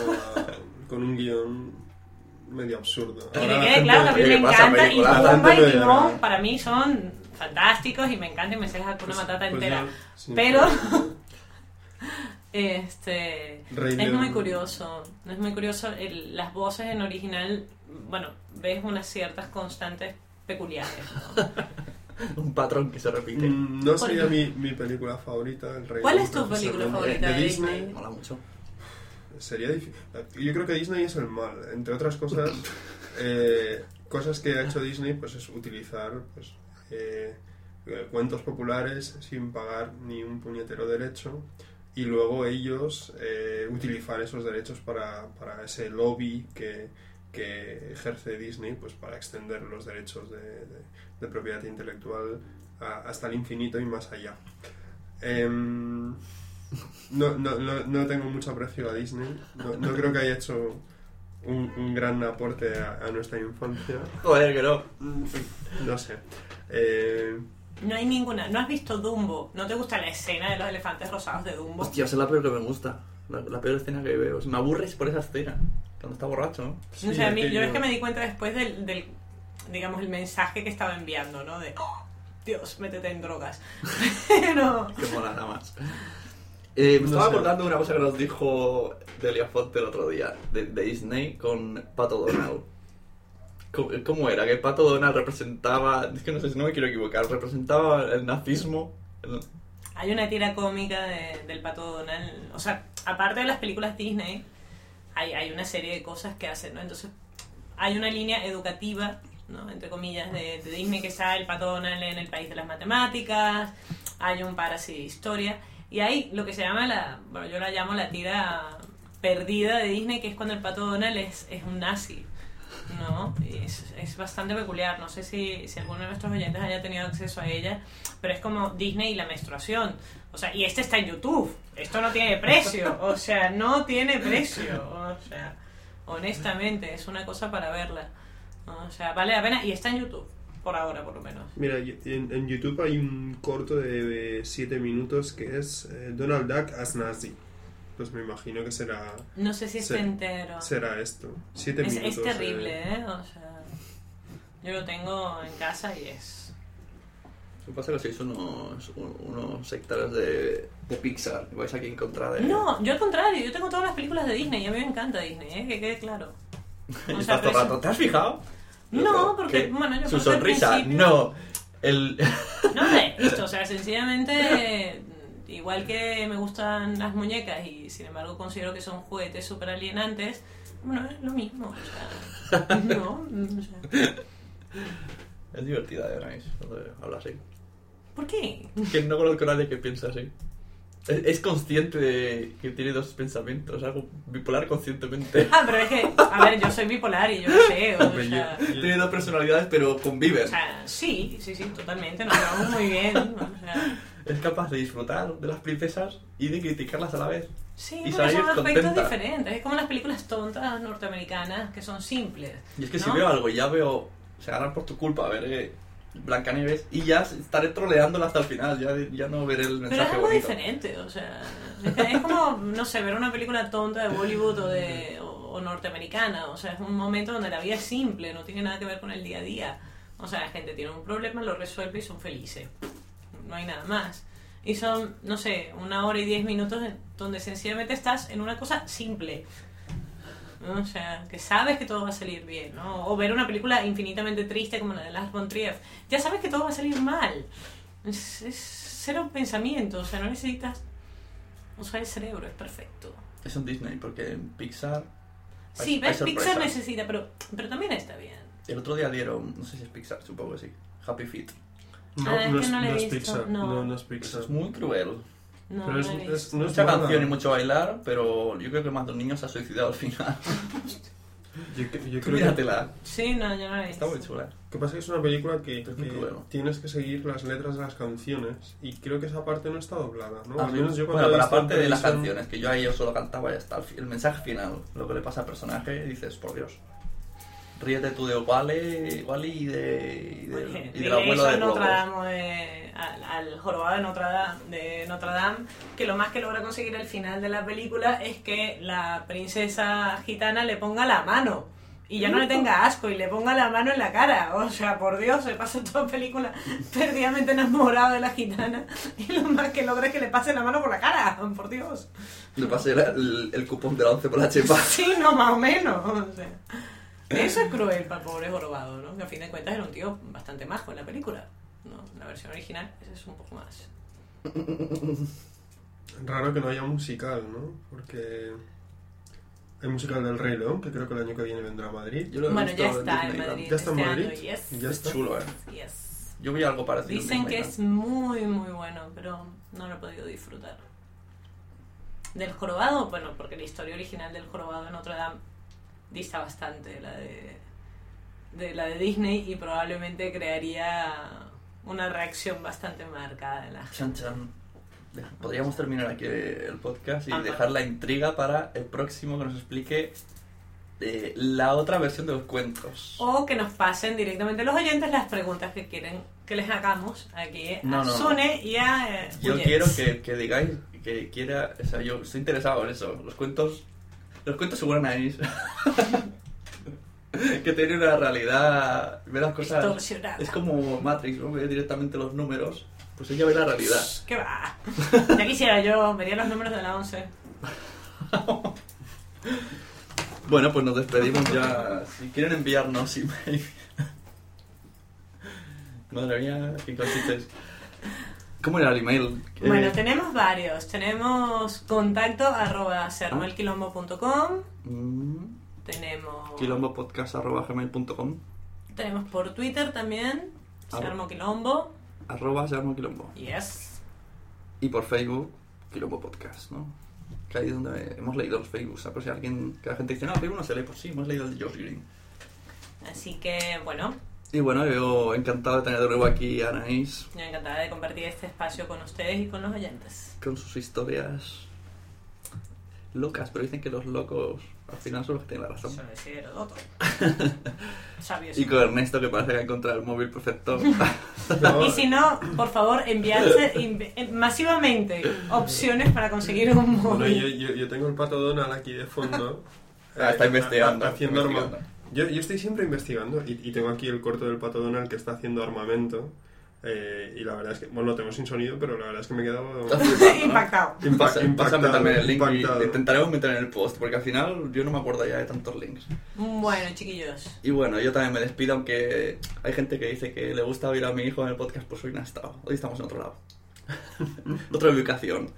con un guión medio absurdo. Que Ahora me la quede gente- claro que a mí me ¿Qué pasa, encanta, y película? La Pumba gente y me Timón dirá. para mí son fantásticos y me encanta y me sé una Pues- matata pues entera. yo- sí. Pero este Rey es León. muy curioso, es muy curioso el- las voces en original, bueno, ves unas ciertas constantes peculiares, ¿no? Un patrón que se repite. Mm, No sería Por- mi, mi película favorita, El Rey ¿Cuál León, es tu película precisamente. favorita de Disney? Mola mucho. Sería difícil. Yo creo que Disney es el mal. Entre otras cosas, eh, cosas que ha hecho Disney pues es utilizar pues, eh, eh, cuentos populares sin pagar ni un puñetero derecho y luego ellos eh, utilizar esos derechos para, para ese lobby que, que ejerce Disney, pues para extender los derechos de, de, de propiedad intelectual a, hasta el infinito y más allá. Eh, no, no, no, no tengo mucho aprecio a Disney, no, no creo que haya hecho un, un gran aporte a, a nuestra infancia. Joder, que no. No sé. Eh, No hay ninguna. ¿No has visto Dumbo? ¿No te gusta la escena de los elefantes rosados de Dumbo? Hostia, esa es la peor que me gusta. La, la peor escena que veo. Me aburres por esa escena. Cuando está borracho, ¿no? Sí, o sea, a mí, yo es que me di cuenta después del, del, digamos, el mensaje que estaba enviando, ¿no? De, oh, Dios, métete en drogas. Pero... Que mola nada más. Eh, me No estaba sé. acordando de una cosa que nos dijo Delia Fonte el otro día, de, de Disney, con Pato Donald. ¿Cómo, ¿Cómo era? Que Pato Donald representaba, es que no sé si no me quiero equivocar, representaba el nazismo. El... Hay una tira cómica de, del Pato Donald. O sea, aparte de las películas Disney, hay, hay una serie de cosas que hacen, ¿no? Entonces, hay una línea educativa, ¿no? Entre comillas, de, de Disney, que está el Pato Donald en el país de las matemáticas, hay un par así de historia, y hay lo que se llama la, bueno, yo la llamo la tira perdida de Disney, que es cuando el Pato Donald es, es un nazi, ¿no? Y es, es bastante peculiar, no sé si, si alguno de nuestros oyentes haya tenido acceso a ella, pero es como Disney y la menstruación, o sea, y este está en YouTube, esto no tiene precio, o sea, no tiene precio, o sea, honestamente, es una cosa para verla, ¿no? O sea, vale la pena, y está en YouTube, por ahora por lo menos. Mira, en, en YouTube hay un corto de siete minutos que es eh, Donald Duck as Nazi. Pues me imagino que será... No sé si está se- entero. Será esto. Siete Es, minutos. es terrible, eh. ¿eh? O sea, yo lo tengo en casa y es... Lo que pasa es que sois unos, unos sectarios de, de Pixar, que vais aquí en contra de... No, yo al contrario, yo tengo todas las películas de Disney y a mí me encanta Disney, ¿eh? Que quede claro. Y O estás sea, todo el pero- rato, ¿te has fijado? No, porque, ¿Qué? bueno, yo Su creo que al sonrisa, principio- no. El... No, hombre, esto, o sea, sencillamente, igual que me gustan las muñecas y sin embargo considero que son juguetes súper alienantes, bueno, es lo mismo, o sea, no, o sea, Es divertida, Denise, cuando habla así. ¿por qué? Que no conozco a nadie que piensa así. Es, es consciente de que tiene dos pensamientos, algo bipolar conscientemente. Ah, pero es que, a ver, yo soy bipolar y yo lo sé, o sea... Tiene dos personalidades, pero conviven. O sea, sí, sí, sí, totalmente, nos llevamos muy bien, o sea... Es capaz de disfrutar de las princesas y de criticarlas a la vez. Sí, y porque salir son aspectos contenta. diferentes, es como las películas tontas norteamericanas que son simples. Y es que ¿no? si veo algo y ya veo, se ganan por tu culpa, ver eh, Blancanieves y ya estaré troleándola hasta el final, ya, ya no veré el Pero es mensaje algo bonito. diferente, o sea, es, que es como, no sé, ver una película tonta de Bollywood o, de, o, o norteamericana, o sea, es un momento donde la vida es simple, no tiene nada que ver con el día a día. O sea, la gente tiene un problema, lo resuelve y son felices. No hay nada más. Y son, no sé, una hora y diez minutos en donde sencillamente estás en una cosa simple. ¿No? O sea, que sabes que todo va a salir bien, ¿no? O ver una película infinitamente triste como la de Lars von Trier. Ya sabes que todo va a salir mal. Es, es cero pensamiento, o sea, no necesitas usar el cerebro, es perfecto. Es un Disney, porque en Pixar... hay- Sí, hay ves, sorpresas. Pixar necesita, pero, pero también está bien. El otro día dieron, no sé si es Pixar, supongo que sí, Happy Feet. No, Ah, es no que es, no la he no es visto, Pixar. no. No, no es Pixar. Es muy cruel. No, Pero no es, la he es- visto. no es Mucha mala. canción y mucho bailar, pero yo creo que más de un niño se ha suicidado al final. Yo, cre- yo Tú creo que, míratela, Sí, no, yo no la he está visto. muy chula. que pasa que es una película que, Es muy que cruel. tienes que seguir las letras de las canciones y creo que esa parte no está doblada, ¿no? Ah, Al menos yo bueno, cuando pero la he visto en aparte de las televisión- canciones, que yo ahí yo solo cantaba y ya está. El, fi- el mensaje final, lo que le pasa al personaje, dices, por Dios. Ríete tú de Wally, Wally y, de, y, del- Oye, y del dile abuelo eso de a Notre Globos. Dame, de- al, al jorobado de Notre, Dame, de Notre Dame, que lo más que logra conseguir al final de la película es que la princesa gitana le ponga la mano y ya no le tenga asco y le ponga la mano en la cara. O sea, por Dios, se pasa toda la película perdidamente enamorado de la gitana y lo más que logra es que le pase la mano por la cara, por Dios. Le pasé el, el, el cupón de la once por la chepa. Sí, no, más o menos. O sea, eso es cruel para el pobre jorobado, ¿no? Que a fin de cuentas era un tío bastante majo en la película, ¿no? En la versión original ese es un poco más. Raro que no haya musical, ¿no? Porque hay musical del Rey León, que creo que el año que viene vendrá a Madrid. Yo lo he Bueno, visto ya en está en Disneyland. Madrid ¿Ya está en este Madrid? año, yes. Ya Es está. chulo, eh. Yes. Yo vi algo parecido. en Dicen que Disneyland. es muy, muy bueno, pero no lo he podido disfrutar. del jorobado, bueno, porque la historia original del jorobado de Notre Dame dista bastante de la de, de la de Disney y probablemente crearía una reacción bastante marcada en la gente. Chan, chan. Podríamos terminar aquí el podcast y Ajá. dejar la intriga para el próximo que nos explique eh, la otra versión de los cuentos. O que nos pasen directamente los oyentes las preguntas que quieren que les hagamos aquí No, a no. Sune y a eh, Yo Bullets. quiero que, que digáis que quiera, o sea, yo estoy interesado en eso. Los cuentos, los cuentos seguro Anaís que tiene una realidad, ve las cosas, Distorsionada. es como Matrix, ¿no? Ve directamente los números, pues ella ve la realidad. ¿Qué va? Ya quisiera yo, vería los números de la once. Bueno, pues nos despedimos ya. Si quieren enviarnos email. Madre mía, qué cositas. ¿Cómo era el email? Bueno, Eh, tenemos varios. Tenemos contacto arroba sermoelquilombo punto com. mm, Tenemos quilombopodcast arroba gmail punto com, tenemos por Twitter también, Arro- Sermo Quilombo. arroba Sermo Quilombo. Yes. Y por Facebook, Quilombo Podcast, ¿no? Que ahí es donde hemos leído los Facebook. ¿Sabes? Si alguien, que la gente dice, no, Facebook no se lee, pues sí, hemos leído el de Josh Green. Así que, bueno, Y bueno, yo encantado de tener de nuevo aquí a Anaís yo encantada de compartir este espacio con ustedes y con los oyentes. con sus historias locas, pero dicen que los locos al final son los que tienen la razón. Eso decía Herodoto. Sabio. Y con Ernesto, que parece que ha encontrado el móvil perfecto. Y si no, por favor, enviarse inv- eh, masivamente opciones para conseguir un Bueno, móvil. yo, yo, yo tengo el pato Donald aquí de fondo. Ah, está eh, investigando, ha- Haciendo está arma- investigando. Yo, yo estoy siempre investigando y, y tengo aquí el corto del pato Donald que está haciendo armamento. Eh, y la verdad es que, bueno, lo tengo sin sonido, pero la verdad es que me he quedado Impactado. Impa- Pasa- Pásame impactado, también el link y impactado. lo intentaremos meter en el post, porque al final yo no me acuerdo ya de tantos links. Bueno, chiquillos. Y bueno, yo también me despido, aunque hay gente que dice que le gusta oír a mi hijo en el podcast, pues hoy no ha estado. Hoy estamos en otro lado. Otra ubicación.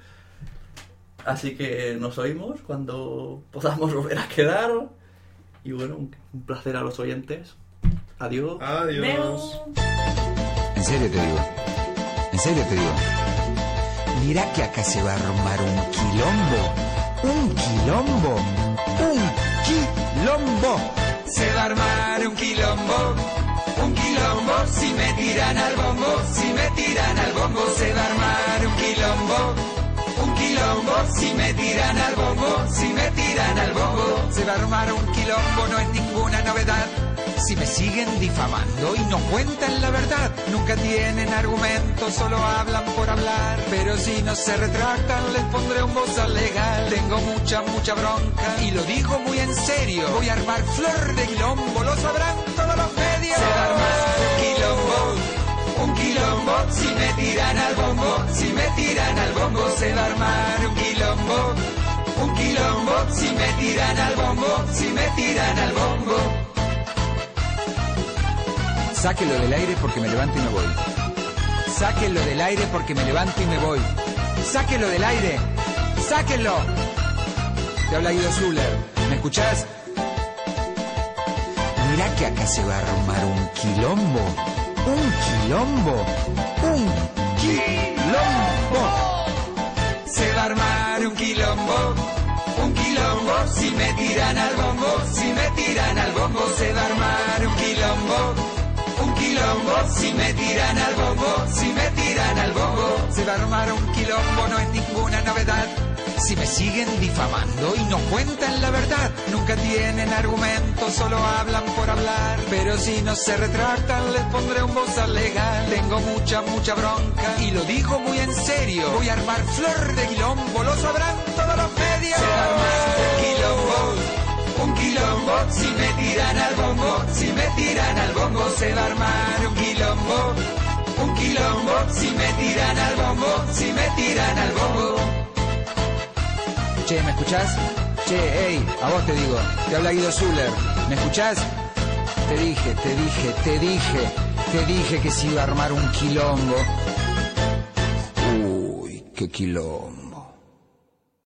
Así que nos oímos cuando podamos volver a quedar. Y bueno, un, un placer a los oyentes. Adiós. Adiós. En serio te digo. En serio te digo. Mira que acá se va a armar un quilombo. Un quilombo. Un quilombo. Se va a armar un quilombo, un quilombo, si me tiran al bombo, si me tiran al bombo, se va a armar un quilombo, un quilombo, si me tiran al bombo, si me tiran al bombo, se va a armar un quilombo, no es ninguna novedad. Si me siguen difamando y no cuentan la verdad, nunca tienen argumentos, solo hablan por hablar. Pero si no se retractan, les pondré un bozal legal. Tengo mucha, mucha bronca y lo digo muy en serio. Voy a armar flor de quilombo, lo sabrán todos los medios. Se va a armar un quilombo, un quilombo, si me tiran al bombo, si me tiran al bombo, se va a armar un quilombo, un quilombo, si me tiran al bombo, si me tiran al bombo. Sáquelo del aire porque me levanto y me voy. Sáquelo del aire porque me levanto y me voy. Sáquelo del aire. Sáquenlo. Te habla Guido Zuller. ¿Me escuchás? Mira que acá se va a armar un quilombo. Un quilombo. Un quilombo. Se va a armar un quilombo, un quilombo, si me tiran al bombo, si me tiran al bombo, se va a armar un quilombo, un quilombo, si me tiran al bombo, si me tiran al bombo, se va a armar un quilombo, no es ninguna novedad. Si me siguen difamando y no cuentan la verdad, nunca tienen argumentos, solo hablan por hablar. Pero si no se retractan, les pondré un bozal legal. Tengo mucha, mucha bronca y lo digo muy en serio. Voy a armar flor de quilombo, lo sabrán todos los medios. Se va a armar un quilombo, un quilombo, si me tiran al bombo, si me tiran al bombo, se va a armar un quilombo, un quilombo, si me tiran al bombo, si me tiran al bombo. Che, ¿me escuchás? Che, hey, a vos te digo. Te habla Guido Zuller. ¿Me escuchás? Te dije, te dije, te dije, te dije que se iba a armar un quilombo. Uy, qué quilombo.